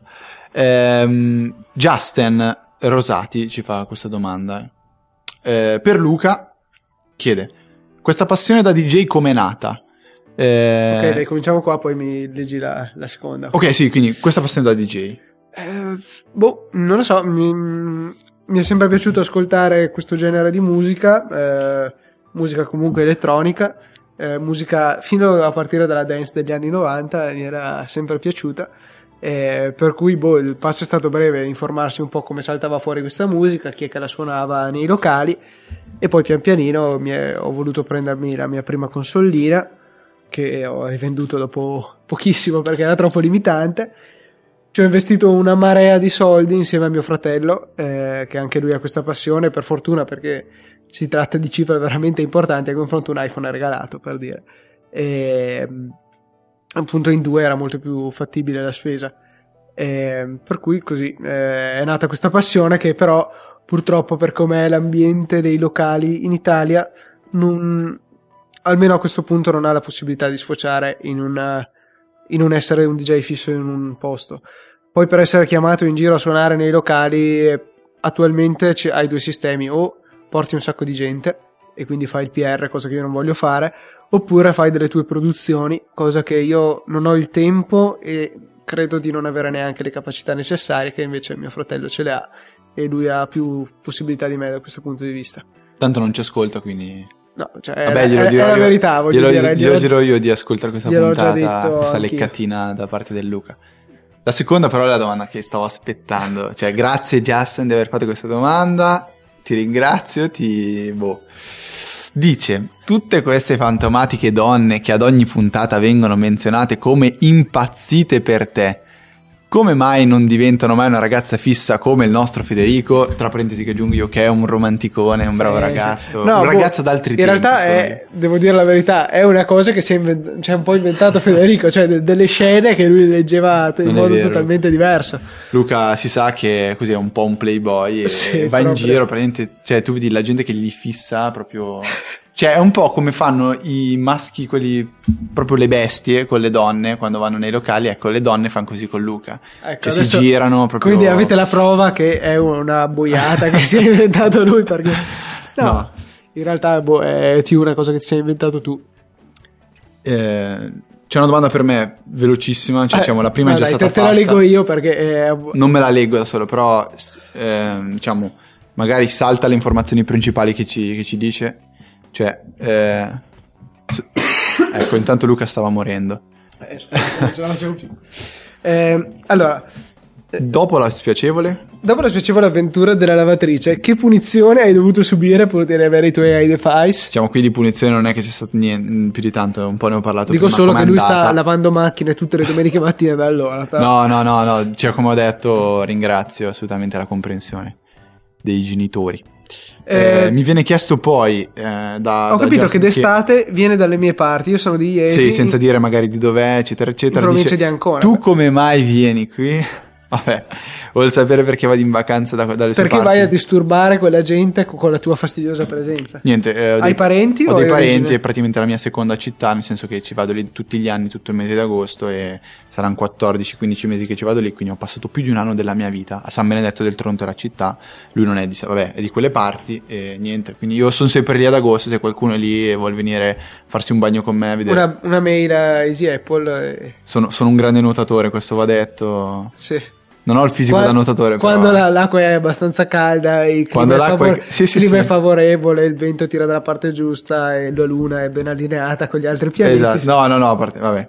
Speaker 2: Justin Rosati ci fa questa domanda. Per Luca chiede: questa passione da DJ com'è nata?
Speaker 1: Ok, dai, cominciamo qua, poi mi leggi la seconda.
Speaker 2: Ok, sì, quindi questa passione da DJ.
Speaker 1: Non lo so, mi è sempre piaciuto ascoltare questo genere di musica, musica comunque elettronica, musica fino a partire dalla dance degli anni 90, mi era sempre piaciuta, per cui il passo è stato breve, informarsi un po' come saltava fuori questa musica, chi è che la suonava nei locali, e poi pian pianino ho voluto prendermi la mia prima consolina, che ho rivenduto dopo pochissimo perché era troppo limitante. Ci ho investito una marea di soldi insieme a mio fratello, che anche lui ha questa passione, per fortuna, perché si tratta di cifre veramente importanti. A confronto un iPhone è regalato, per dire, e appunto in 2 era molto più fattibile la spesa, per cui così è nata questa passione, che però purtroppo, per com'è l'ambiente dei locali in Italia, almeno a questo punto non ha la possibilità di sfociare in un essere un DJ fisso in un posto. Poi, per essere chiamato in giro a suonare nei locali, attualmente hai 2 sistemi: o porti un sacco di gente e quindi fai il PR, cosa che io non voglio fare, oppure fai delle tue produzioni, cosa che io non ho il tempo e credo di non avere neanche le capacità necessarie, che invece mio fratello ce le ha, e lui ha più possibilità di me da questo punto di vista.
Speaker 2: Tanto non ci ascolta, quindi
Speaker 1: No, cioè
Speaker 2: Vabbè,
Speaker 1: è la verità, voglio dire.
Speaker 2: Glielo dirò io di ascoltare questa puntata, questa
Speaker 1: anch'io.
Speaker 2: leccatina da parte del Luca. La seconda però è la domanda che stavo aspettando. Cioè, grazie Justin di aver fatto questa domanda. Ti ringrazio, Dice, tutte queste fantomatiche donne che ad ogni puntata vengono menzionate come impazzite per te, come mai non diventano mai una ragazza fissa come il nostro Federico? Tra parentesi che aggiungo io che è un romanticone, un bravo ragazzo,
Speaker 1: no,
Speaker 2: un ragazzo d'altri tempi.
Speaker 1: In realtà devo dire la verità, è una cosa che si è un po' inventato Federico, cioè delle scene che lui leggeva in modo totalmente diverso.
Speaker 2: Luca si sa che così è un po' un playboy e va in giro, praticamente, cioè tu vedi la gente che gli fissa proprio... Cioè è un po' come fanno i maschi, quelli proprio le bestie con le donne quando vanno nei locali. Ecco, le donne fanno così con Luca,
Speaker 1: ecco,
Speaker 2: che si girano proprio.
Speaker 1: Quindi avete la prova che è una boiata che si è inventato lui, perché no. In realtà è più una cosa che ti sei inventato tu.
Speaker 2: C'è una domanda per me velocissima, cioè, diciamo la prima è già stata fatta.
Speaker 1: Te la leggo io perché
Speaker 2: non me la leggo da solo, però diciamo magari salta le informazioni principali che ci dice. Cioè, ecco, intanto Luca stava morendo.
Speaker 1: Non ce la facevo più. Allora,
Speaker 2: dopo la spiacevole
Speaker 1: avventura della lavatrice, che punizione hai dovuto subire pur di avere i tuoi device?
Speaker 2: Diciamo, qui di punizione non è che c'è stato niente più di tanto, un po' ne ho parlato
Speaker 1: Dico
Speaker 2: prima.
Speaker 1: Solo che lui sta lavando macchine tutte le domeniche mattina da allora. Però.
Speaker 2: No, cioè, come ho detto, ringrazio assolutamente la comprensione dei genitori. Mi viene chiesto poi
Speaker 1: ho capito che d'estate viene dalle mie parti, io sono di Iesi,
Speaker 2: sì, senza dire magari di dov'è eccetera eccetera,
Speaker 1: in provincia di Ancona.
Speaker 2: Tu come mai vieni qui? Vabbè, vuol sapere perché vadi in vacanza dalle sue parti?
Speaker 1: Perché vai a disturbare quella gente con la tua fastidiosa presenza?
Speaker 2: Niente,
Speaker 1: hai parenti?
Speaker 2: Ho dei parenti, è praticamente la mia seconda città, nel senso che ci vado lì tutti gli anni, tutto il mese di agosto, e saranno 14-15 mesi che ci vado lì, quindi ho passato più di un anno della mia vita a San Benedetto del Tronto, la città. Lui non è è di quelle parti e niente, quindi io sono sempre lì ad agosto, se qualcuno è lì e vuol venire a farsi un bagno con me a vedere.
Speaker 1: Una mail a Easy Apple.
Speaker 2: Sono un grande nuotatore, questo va detto.
Speaker 1: Sì.
Speaker 2: Non ho il fisico da nuotatore,
Speaker 1: quando l'acqua è abbastanza calda, il clima è favorevole, il vento tira dalla parte giusta e la luna è ben allineata con gli altri pianeti.
Speaker 2: Esatto. No, a parte, vabbè.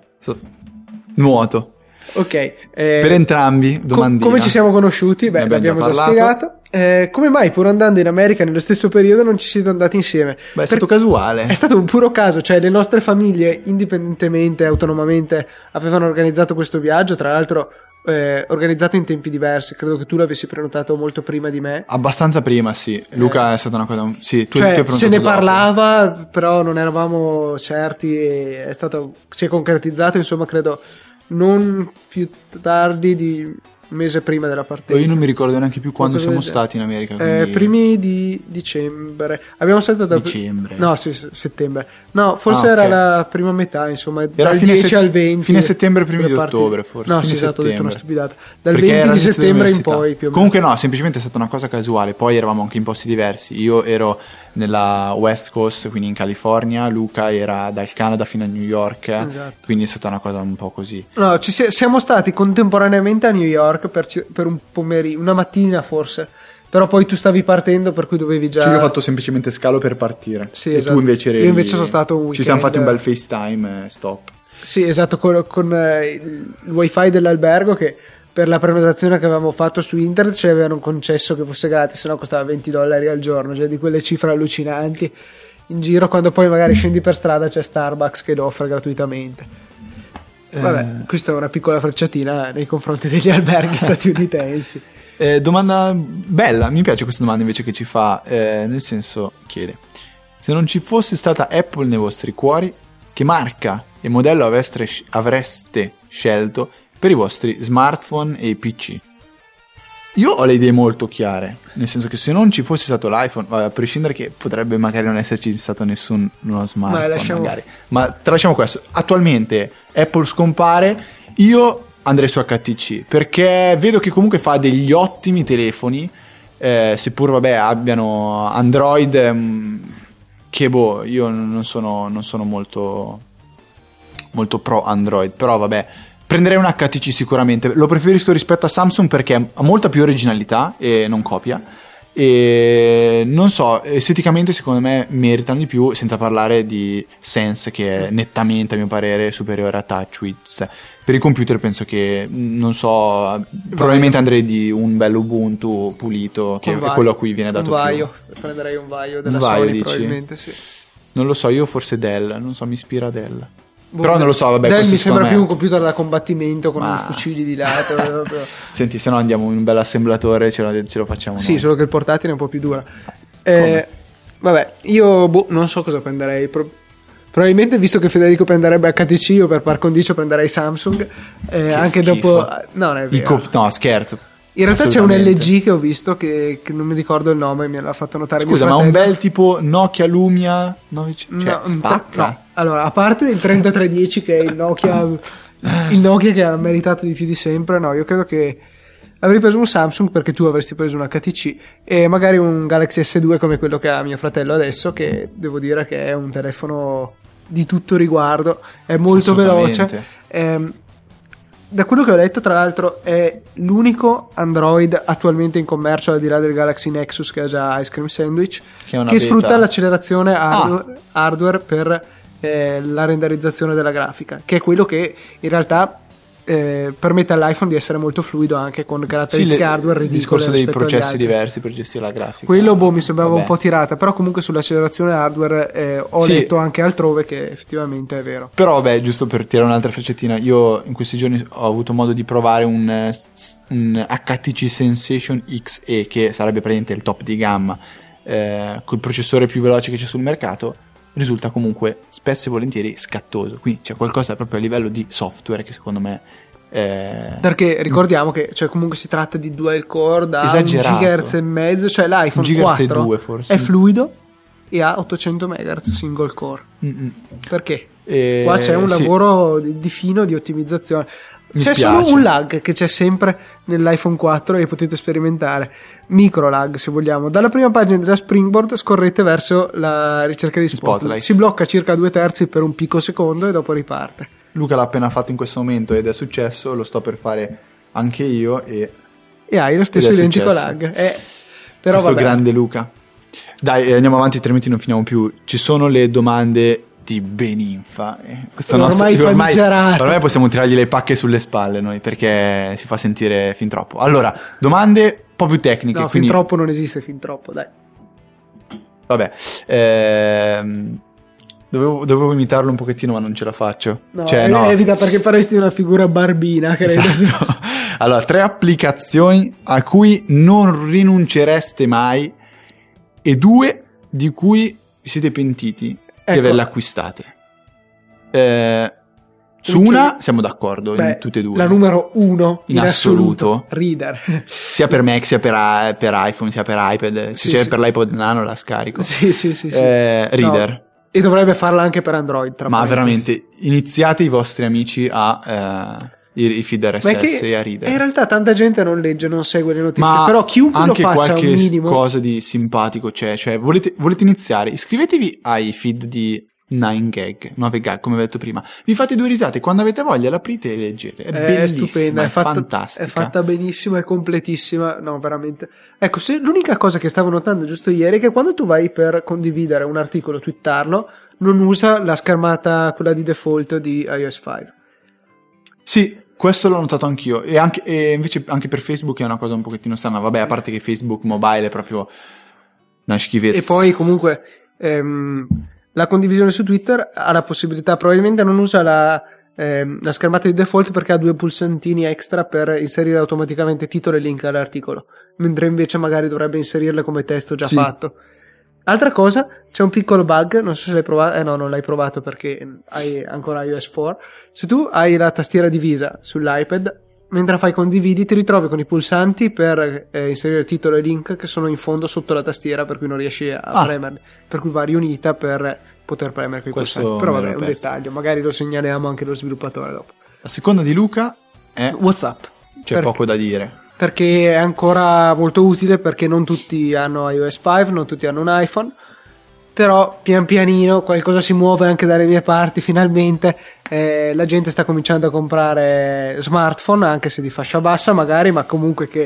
Speaker 2: Nuoto.
Speaker 1: Ok.
Speaker 2: Per entrambi, domandina.
Speaker 1: Come ci siamo conosciuti? Beh, l'abbiamo già spiegato. Come mai, pur andando in America nello stesso periodo, non ci siete andati insieme?
Speaker 2: Beh, è stato casuale.
Speaker 1: È stato un puro caso, cioè le nostre famiglie, indipendentemente, autonomamente, avevano organizzato questo viaggio, tra l'altro organizzato in tempi diversi. Credo che tu l'avessi prenotato molto prima di me.
Speaker 2: Abbastanza prima, sì. Luca è stata una cosa. Sì, tu
Speaker 1: cioè, se ne parlava, però non eravamo certi. E si è concretizzato, insomma, credo non più tardi di un mese prima della partenza.
Speaker 2: Io non mi ricordo neanche più quando siamo stati in America. Quindi...
Speaker 1: primi di dicembre. Abbiamo saltato
Speaker 2: dicembre.
Speaker 1: No, sì, settembre. No, forse era la prima metà, insomma,
Speaker 2: era
Speaker 1: dal 10 al 20.
Speaker 2: Fine settembre, primi di ottobre, forse.
Speaker 1: No, sì, esatto, ho detto una stupidata. Dal 20 di settembre in poi, più o meno.
Speaker 2: Comunque no, semplicemente è stata una cosa casuale. Poi eravamo anche in posti diversi. Io ero nella West Coast, quindi in California. Luca era dal Canada fino a New York.
Speaker 1: Esatto.
Speaker 2: Quindi è stata una cosa un po' così.
Speaker 1: No, siamo stati contemporaneamente a New York per un pomeriggio, una mattina forse. Però poi tu stavi partendo, per cui dovevi già.
Speaker 2: Io ho fatto semplicemente scalo per partire.
Speaker 1: Sì,
Speaker 2: e
Speaker 1: esatto.
Speaker 2: tu invece eri.
Speaker 1: Io invece sono stato un weekend.
Speaker 2: Ci siamo fatti un bel FaceTime e stop.
Speaker 1: Sì, esatto, con il wifi dell'albergo, che per la prenotazione che avevamo fatto su internet ci avevano concesso che fosse gratis, se no costava $20 al giorno, cioè di quelle cifre allucinanti in giro, quando poi magari scendi per strada c'è Starbucks che lo offre gratuitamente. Vabbè, questa è una piccola frecciatina nei confronti degli alberghi statunitensi.
Speaker 2: Domanda bella, mi piace questa domanda invece che ci fa, nel senso, chiede: se non ci fosse stata Apple nei vostri cuori, che marca e modello avreste scelto per i vostri smartphone e i PC? Io ho le idee molto chiare, nel senso che se non ci fosse stato l'iPhone, a prescindere che potrebbe magari non esserci stato nessuno smartphone, magari, ma tralasciamo questo. Attualmente Apple scompare, io andrei su HTC perché vedo che comunque fa degli ottimi telefoni, seppur abbiano Android, che io non sono molto pro Android, però vabbè, prenderei un HTC sicuramente. Lo preferisco rispetto a Samsung perché ha molta più originalità e non copia, E non so, esteticamente secondo me meritano di più, senza parlare di Sense, che è nettamente a mio parere superiore a TouchWiz. Per i computer penso che, non so, probabilmente andrei di un bello Ubuntu pulito, che è quello a cui viene dato
Speaker 1: un Vaio.
Speaker 2: più.
Speaker 1: Prenderei un Vaio della
Speaker 2: Un Vaio,
Speaker 1: Sony,
Speaker 2: dici?
Speaker 1: probabilmente sì.
Speaker 2: Non lo so, io forse Dell, non so, mi ispira Dell. Però non lo so, vabbè,
Speaker 1: Dell mi sembra più un computer da combattimento con i fucili di lato.
Speaker 2: Senti, se no andiamo in un bel assemblatore, ce lo facciamo
Speaker 1: sì,
Speaker 2: noi.
Speaker 1: Solo che il portatile è un po' più dura. Vabbè, io non so cosa prenderei. Probabilmente, visto che Federico prenderebbe HTC, io per par condicio prenderei Samsung. Anche
Speaker 2: schifo.
Speaker 1: dopo... No, non è vero.
Speaker 2: No, scherzo.
Speaker 1: In realtà c'è un LG che ho visto che non mi ricordo il nome, me l'ha fatto notare.
Speaker 2: Scusa, ma un bel tipo Nokia Lumia 900, cioè, spacca.
Speaker 1: No. Allora, a parte il 3310 che è il Nokia che ha meritato di più di sempre, no, io credo che avrei preso un Samsung, perché tu avresti preso un HTC, e magari un Galaxy S2 come quello che ha mio fratello adesso, che devo dire che è un telefono di tutto riguardo, è molto veloce. Da quello che ho letto, tra l'altro, è l'unico Android attualmente in commercio, al di là del Galaxy Nexus che ha già Ice Cream Sandwich, che sfrutta l'accelerazione hardware per la renderizzazione della grafica, che è quello che in realtà permette all'iPhone di essere molto fluido anche con caratteristiche hardware ridicole.
Speaker 2: Il discorso dei processi diversi per gestire la grafica,
Speaker 1: quello mi sembrava un po' tirata, però comunque sull'accelerazione hardware ho letto anche altrove che effettivamente è vero.
Speaker 2: Però vabbè, giusto per tirare un'altra freccettina, io in questi giorni ho avuto modo di provare un HTC Sensation XE, che sarebbe praticamente il top di gamma, col processore più veloce che c'è sul mercato. Risulta comunque spesso e volentieri scattoso, quindi c'è qualcosa proprio a livello di software che secondo me
Speaker 1: perché ricordiamo che comunque si tratta di dual core da
Speaker 2: esagerato.
Speaker 1: 1 GHz e mezzo, cioè l'iPhone 4 forse è fluido e ha 800 MHz single core. Perché? Qua c'è un lavoro di fino di ottimizzazione. C'è solo un lag che c'è sempre nell'iPhone 4 e potete sperimentare, micro lag se vogliamo. Dalla prima pagina della Springboard scorrete verso la ricerca di Spotlight. Si blocca circa 2/3 per un picosecondo e dopo riparte.
Speaker 2: Luca l'ha appena fatto in questo momento ed è successo, lo sto per fare anche io e
Speaker 1: hai lo stesso identico lag. Però
Speaker 2: questo grande Luca. Dai, andiamo avanti, altrimenti non finiamo più. Ci sono le domande di Beninfa. Ormai possiamo tirargli le pacche sulle spalle noi, perché si fa sentire fin troppo. Allora, domande un po' più tecniche.
Speaker 1: No, fin troppo non esiste, fin troppo, dai.
Speaker 2: Vabbè, dovevo imitarlo un pochettino, ma non ce la faccio.
Speaker 1: No, evita, perché faresti una figura barbina, credo.
Speaker 2: Esatto. Allora, 3 applicazioni a cui non rinuncereste mai e 2 di cui vi siete pentiti di averle acquistate. Su una siamo d'accordo, in tutte e due.
Speaker 1: La numero 1
Speaker 2: in assoluto
Speaker 1: Reader.
Speaker 2: Sia per Mac, sia per iPhone, sia per iPad. Se c'è per l'iPod Nano la scarico.
Speaker 1: Sì.
Speaker 2: Reader.
Speaker 1: No. E dovrebbe farla anche per Android.
Speaker 2: Ma veramente, iniziate i vostri amici a i feed RSS e a Reader.
Speaker 1: In realtà tanta gente non legge, non segue le notizie, però chiunque lo faccia un minimo.
Speaker 2: Cosa di simpatico c'è, cioè volete iniziare, iscrivetevi ai feed di 9gag, come ho detto prima, vi fate 2 risate, quando avete voglia l'aprite e leggete, è stupenda, è fantastica,
Speaker 1: è fatta benissimo, è completissima, no veramente. Ecco, l'unica cosa che stavo notando giusto ieri è che quando tu vai per condividere un articolo, twittarlo, non usa la schermata quella di default di iOS 5.
Speaker 2: Sì, questo l'ho notato anch'io, e invece anche per Facebook è una cosa un pochettino strana. Vabbè, a parte che Facebook mobile è proprio una schifezza.
Speaker 1: E poi comunque la condivisione su Twitter ha la possibilità, probabilmente non usa la schermata di default perché ha 2 pulsantini extra per inserire automaticamente titolo e link all'articolo, mentre invece magari dovrebbe inserirle come testo già fatto. Altra cosa, c'è un piccolo bug, non so se l'hai provato, no, non l'hai provato perché hai ancora iOS 4. Se tu hai la tastiera divisa sull'iPad, mentre fai condividi ti ritrovi con i pulsanti per inserire titolo e link che sono in fondo sotto la tastiera, per cui non riesci a premerli, per cui va riunita per poter premere quei pulsanti. Però vabbè, è un dettaglio, magari lo segnaliamo anche allo sviluppatore dopo.
Speaker 2: La seconda di Luca è
Speaker 1: WhatsApp.
Speaker 2: C'è poco da dire.
Speaker 1: Perché è ancora molto utile, perché non tutti hanno iOS 5, non tutti hanno un iPhone, però pian pianino qualcosa si muove anche dalle mie parti, finalmente la gente sta cominciando a comprare smartphone, anche se di fascia bassa magari, ma comunque che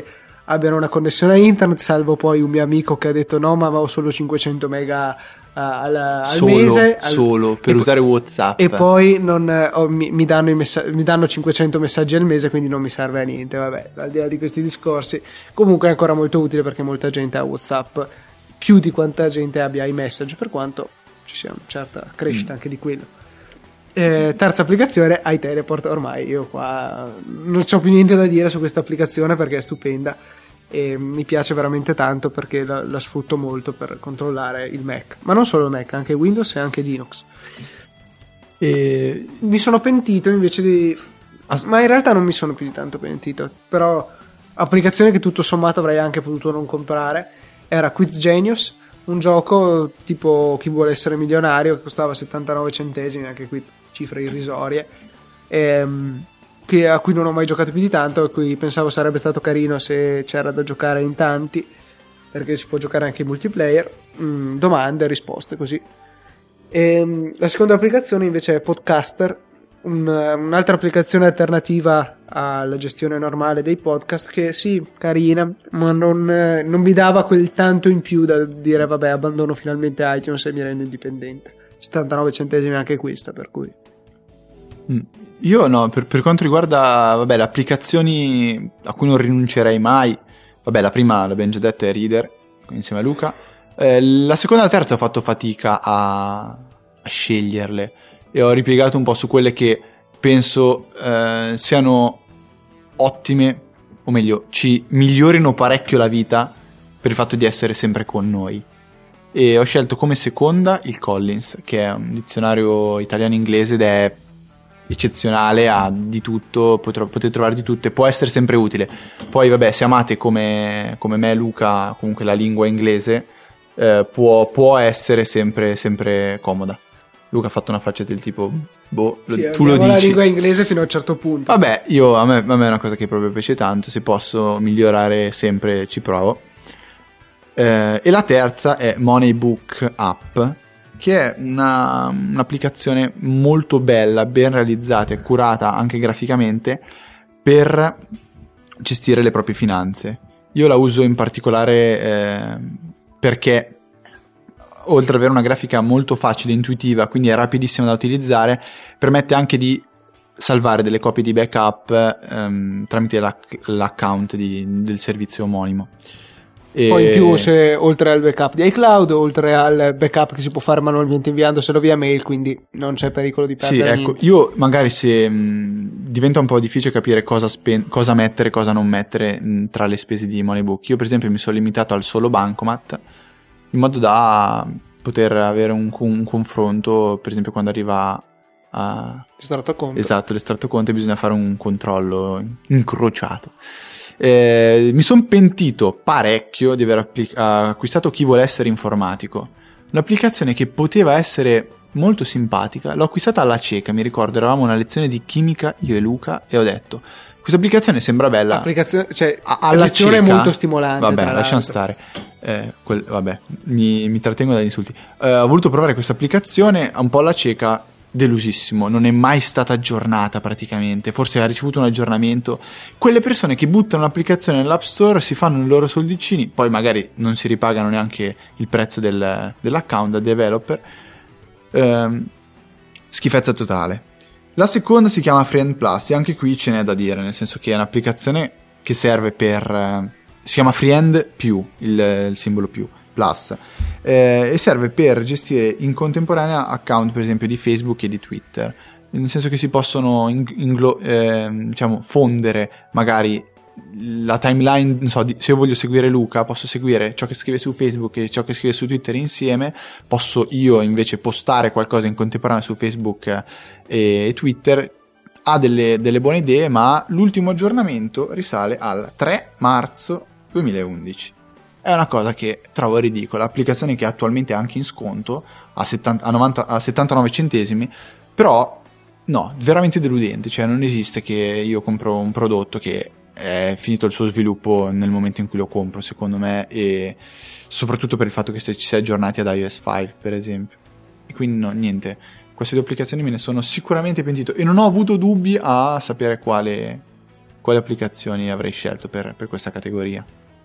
Speaker 1: abbiano una connessione a internet, salvo poi un mio amico che ha detto no, ma ho solo 500 mega al mese
Speaker 2: solo per usare WhatsApp,
Speaker 1: e poi mi danno 500 messaggi al mese, quindi non mi serve a niente. Vabbè, al di là di questi discorsi, comunque è ancora molto utile perché molta gente ha WhatsApp più di quanta gente abbia iMessage, per quanto ci sia una certa crescita anche di quello. Terza applicazione, iTeleport. Ormai io qua non c'ho più niente da dire su questa applicazione perché è stupenda e mi piace veramente tanto perché la sfrutto molto per controllare il Mac, ma non solo il Mac, anche Windows e anche Linux. E mi sono pentito invece di ma in realtà non mi sono più di tanto pentito, però applicazione che tutto sommato avrei anche potuto non comprare era Quiz Genius, un gioco tipo Chi vuole essere milionario che costava 79 centesimi, anche qui cifre irrisorie, a cui non ho mai giocato più di tanto, a cui pensavo sarebbe stato carino se c'era da giocare in tanti, perché si può giocare anche in multiplayer, domande e risposte così. La seconda applicazione invece è Podcaster, un'altra applicazione alternativa alla gestione normale dei podcast, che sì, carina, ma non mi dava quel tanto in più da dire vabbè, abbandono finalmente iTunes e mi rendo indipendente. 79 centesimi anche questa, per cui
Speaker 2: io no, per quanto riguarda vabbè, le applicazioni a cui non rinuncerei mai, vabbè, la prima l'abbiamo già detta, è Reader insieme a Luca. La seconda e la terza ho fatto fatica a sceglierle e ho ripiegato un po' su quelle che penso siano ottime, o meglio ci migliorino parecchio la vita per il fatto di essere sempre con noi. E ho scelto come seconda il Collins, che è un dizionario italiano-inglese ed è eccezionale, ha di tutto, potete trovare di tutto e può essere sempre utile. Poi vabbè, se amate come me e Luca comunque la lingua inglese, può essere sempre comoda. Luca ha fatto una faccia del tipo sì, tu lo dici, la
Speaker 1: lingua inglese fino a un certo punto.
Speaker 2: Vabbè, a me è una cosa che proprio piace tanto, se posso migliorare sempre ci provo. E la terza è Moneybook App, che è un'applicazione molto bella, ben realizzata e curata anche graficamente per gestire le proprie finanze. Io la uso in particolare perché oltre ad avere una grafica molto facile e intuitiva, quindi è rapidissima da utilizzare, permette anche di salvare delle copie di backup tramite l'account del servizio omonimo.
Speaker 1: Poi in più, se oltre al backup di iCloud, oltre al backup che si può fare manualmente inviandoselo via mail, quindi non c'è pericolo di perdere.
Speaker 2: Sì, ecco, io magari se diventa un po' difficile capire cosa mettere, cosa non mettere tra le spese di Moneybook. Io per esempio mi sono limitato al solo bancomat, in modo da poter avere un confronto, per esempio quando arriva
Speaker 1: l'estratto conto.
Speaker 2: Esatto, l'estratto conto, bisogna fare un controllo incrociato. Mi sono pentito parecchio di aver acquistato Chi vuole essere informatico, un'applicazione che poteva essere molto simpatica. L'ho acquistata alla cieca, mi ricordo, eravamo a una lezione di chimica io e Luca e ho detto questa applicazione sembra bella,
Speaker 1: alla cieca è molto stimolante.
Speaker 2: Vabbè, lasciamo stare, vabbè, mi trattengo dagli insulti. Ho voluto provare questa applicazione un po' alla cieca, delusissimo, non è mai stata aggiornata praticamente, forse ha ricevuto un aggiornamento. Quelle persone che buttano l'applicazione nell'App Store si fanno i loro soldicini, poi magari non si ripagano neanche il prezzo dell'account da developer. Schifezza totale. La seconda si chiama Friend Plus e anche qui ce n'è da dire, nel senso che è un'applicazione che serve per si chiama Friend più, il simbolo più Plus, e serve per gestire in contemporanea account per esempio di Facebook e di Twitter, nel senso che si possono diciamo fondere magari la timeline, non so, se io voglio seguire Luca posso seguire ciò che scrive su Facebook e ciò che scrive su Twitter insieme, posso io invece postare qualcosa in contemporanea su Facebook e Twitter. Ha delle buone idee, ma l'ultimo aggiornamento risale al 3 marzo 2011. È una cosa che trovo ridicola, applicazione che attualmente è anche in sconto a 79 centesimi, però no, veramente deludente, cioè non esiste che io compro un prodotto che è finito il suo sviluppo nel momento in cui lo compro, secondo me, e soprattutto per il fatto che ci si è aggiornati ad iOS 5 per esempio. E quindi no, niente, queste due applicazioni me ne sono sicuramente pentito e non ho avuto dubbi a sapere quale quali applicazioni avrei scelto per questa categoria.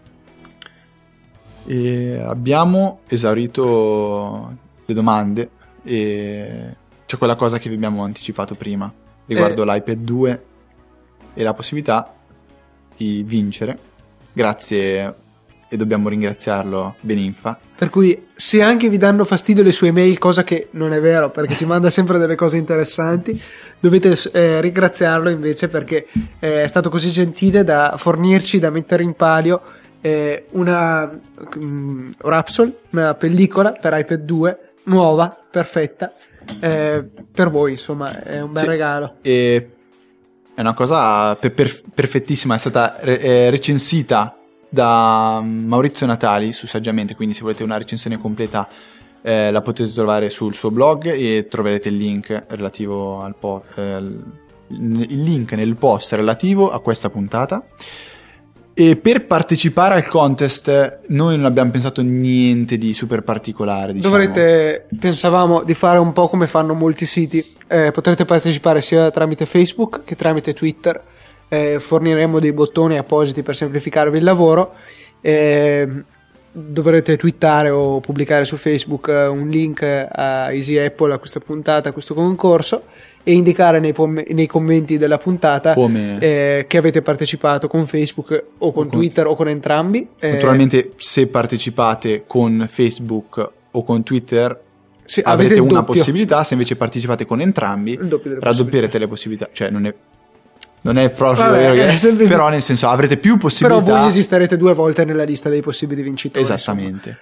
Speaker 2: E abbiamo esaurito le domande e c'è quella cosa che vi abbiamo anticipato prima riguardo l'iPad 2 e la possibilità di vincere grazie, e dobbiamo ringraziarlo, Beninfa.
Speaker 1: Per cui se anche vi danno fastidio le sue mail, cosa che non è vero perché ci manda sempre delle cose interessanti, dovete ringraziarlo invece perché è stato così gentile da fornirci, da mettere in palio una Rapsol, una pellicola per iPad 2 nuova, perfetta, per voi, insomma è un bel regalo.
Speaker 2: E è una cosa perfettissima, è stata recensita da Maurizio Natali su Saggiamente, quindi se volete una recensione completa la potete trovare sul suo blog e troverete il link relativo al il link nel post relativo a questa puntata. E per partecipare al contest noi non abbiamo pensato niente di super particolare, diciamo.
Speaker 1: Pensavamo di fare un po' come fanno molti siti, potrete partecipare sia tramite Facebook che tramite Twitter, forniremo dei bottoni appositi per semplificarvi il lavoro, dovrete twittare o pubblicare su Facebook un link a Easy Apple, a questa puntata, a questo concorso, e indicare nei commenti della puntata che avete partecipato con Facebook o con Twitter o con entrambi.
Speaker 2: Naturalmente se partecipate con Facebook o con Twitter avrete una possibilità, se invece partecipate con entrambi raddoppierete le possibilità, cioè non è proprio vero, però nel senso avrete più possibilità,
Speaker 1: però voi esisterete 2 volte nella lista dei possibili vincitori.
Speaker 2: Esattamente.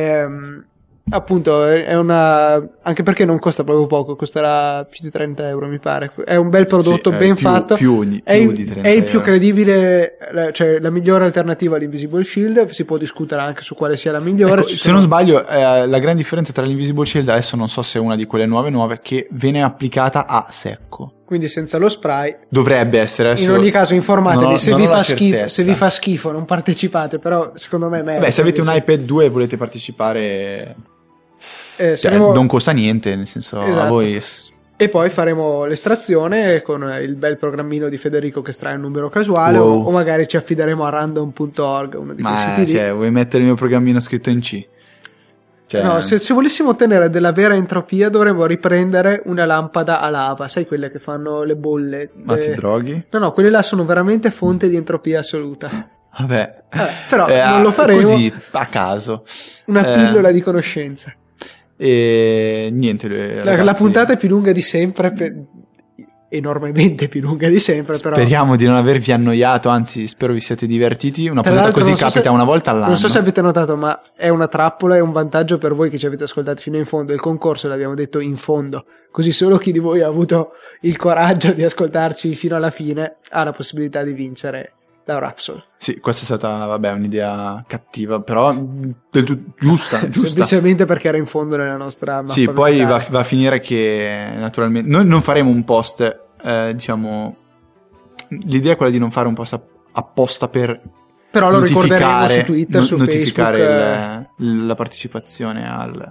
Speaker 1: Appunto è anche perché non costa proprio poco, costerà più di 30 euro mi pare, è un bel prodotto, ben fatto,
Speaker 2: più di 30
Speaker 1: è il più credibile, cioè la migliore alternativa all'Invisible Shield. Si può discutere anche su quale sia la migliore.
Speaker 2: Ecco, se non sbaglio la gran differenza tra l'Invisible Shield, adesso non so se è una di quelle nuove che viene applicata a secco,
Speaker 1: quindi senza lo spray.
Speaker 2: Dovrebbe essere. Adesso
Speaker 1: in ogni caso informatevi, se vi fa schifo non partecipate, però secondo me è meglio.
Speaker 2: Se avete un iPad 2 e volete partecipare, non costa niente, nel senso, esatto, a voi.
Speaker 1: E poi faremo l'estrazione con il bel programmino di Federico che estrae un numero casuale, o magari ci affideremo a random.org, uno di quei siti lì.
Speaker 2: Vuoi mettere il mio programmino scritto in C?
Speaker 1: No, se volessimo ottenere della vera entropia dovremmo riprendere una lampada a lava, sai, quelle che fanno le bolle.
Speaker 2: Ma ti droghi?
Speaker 1: No, quelle là sono veramente fonte di entropia assoluta.
Speaker 2: Vabbè,
Speaker 1: però non lo faremo
Speaker 2: così a caso.
Speaker 1: Una pillola di conoscenza.
Speaker 2: E niente,
Speaker 1: la puntata è più lunga di sempre, enormemente più lunga di sempre, però
Speaker 2: speriamo di non avervi annoiato, anzi spero vi siate divertiti. Una puntata così capita una volta all'anno.
Speaker 1: Non so se avete notato, ma è una trappola, è un vantaggio per voi che ci avete ascoltati fino in fondo. Il concorso l'abbiamo detto in fondo, così solo chi di voi ha avuto il coraggio di ascoltarci fino alla fine ha la possibilità di vincere la Rapsol.
Speaker 2: Sì, questa è stata un'idea cattiva, però del tutto giusta.
Speaker 1: Semplicemente perché era in fondo nella nostra mappa.
Speaker 2: Sì, poi va a finire che naturalmente noi non faremo un post, diciamo, l'idea è quella di non fare un post apposta per
Speaker 1: però lo ricorderemo su Twitter, su
Speaker 2: notificare
Speaker 1: Facebook,
Speaker 2: la partecipazione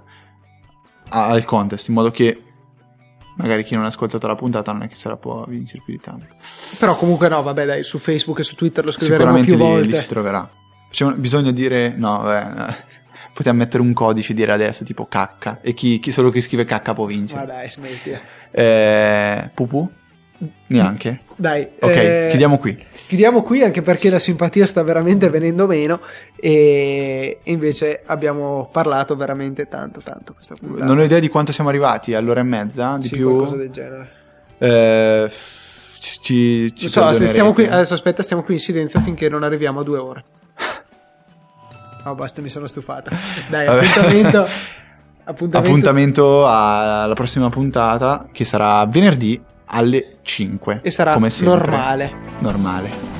Speaker 2: al contest, in modo che magari chi non ha ascoltato la puntata non è che se la può vincere più di tanto.
Speaker 1: Però comunque no, vabbè, dai, su Facebook e su Twitter lo scriveremo più volte.
Speaker 2: Sicuramente lì si troverà. Bisogna dire potevamo mettere un codice, dire adesso tipo cacca, e chi solo chi scrive cacca può vincere.
Speaker 1: Ma dai, smetti.
Speaker 2: Pupù? Neanche.
Speaker 1: Dai,
Speaker 2: ok,
Speaker 1: chiudiamo qui anche perché la simpatia sta veramente venendo meno e invece abbiamo parlato veramente tanto questa puntata.
Speaker 2: Non ho idea di quanto siamo arrivati, all'ora e mezza di più,
Speaker 1: qualcosa del genere.
Speaker 2: Ci
Speaker 1: stiamo qui, adesso aspetta, stiamo qui in silenzio finché non arriviamo a 2 ore. No, basta, mi sono stufata. Dai, appuntamento
Speaker 2: alla prossima puntata, che sarà venerdì alle 5
Speaker 1: e sarà
Speaker 2: come sempre.
Speaker 1: normale.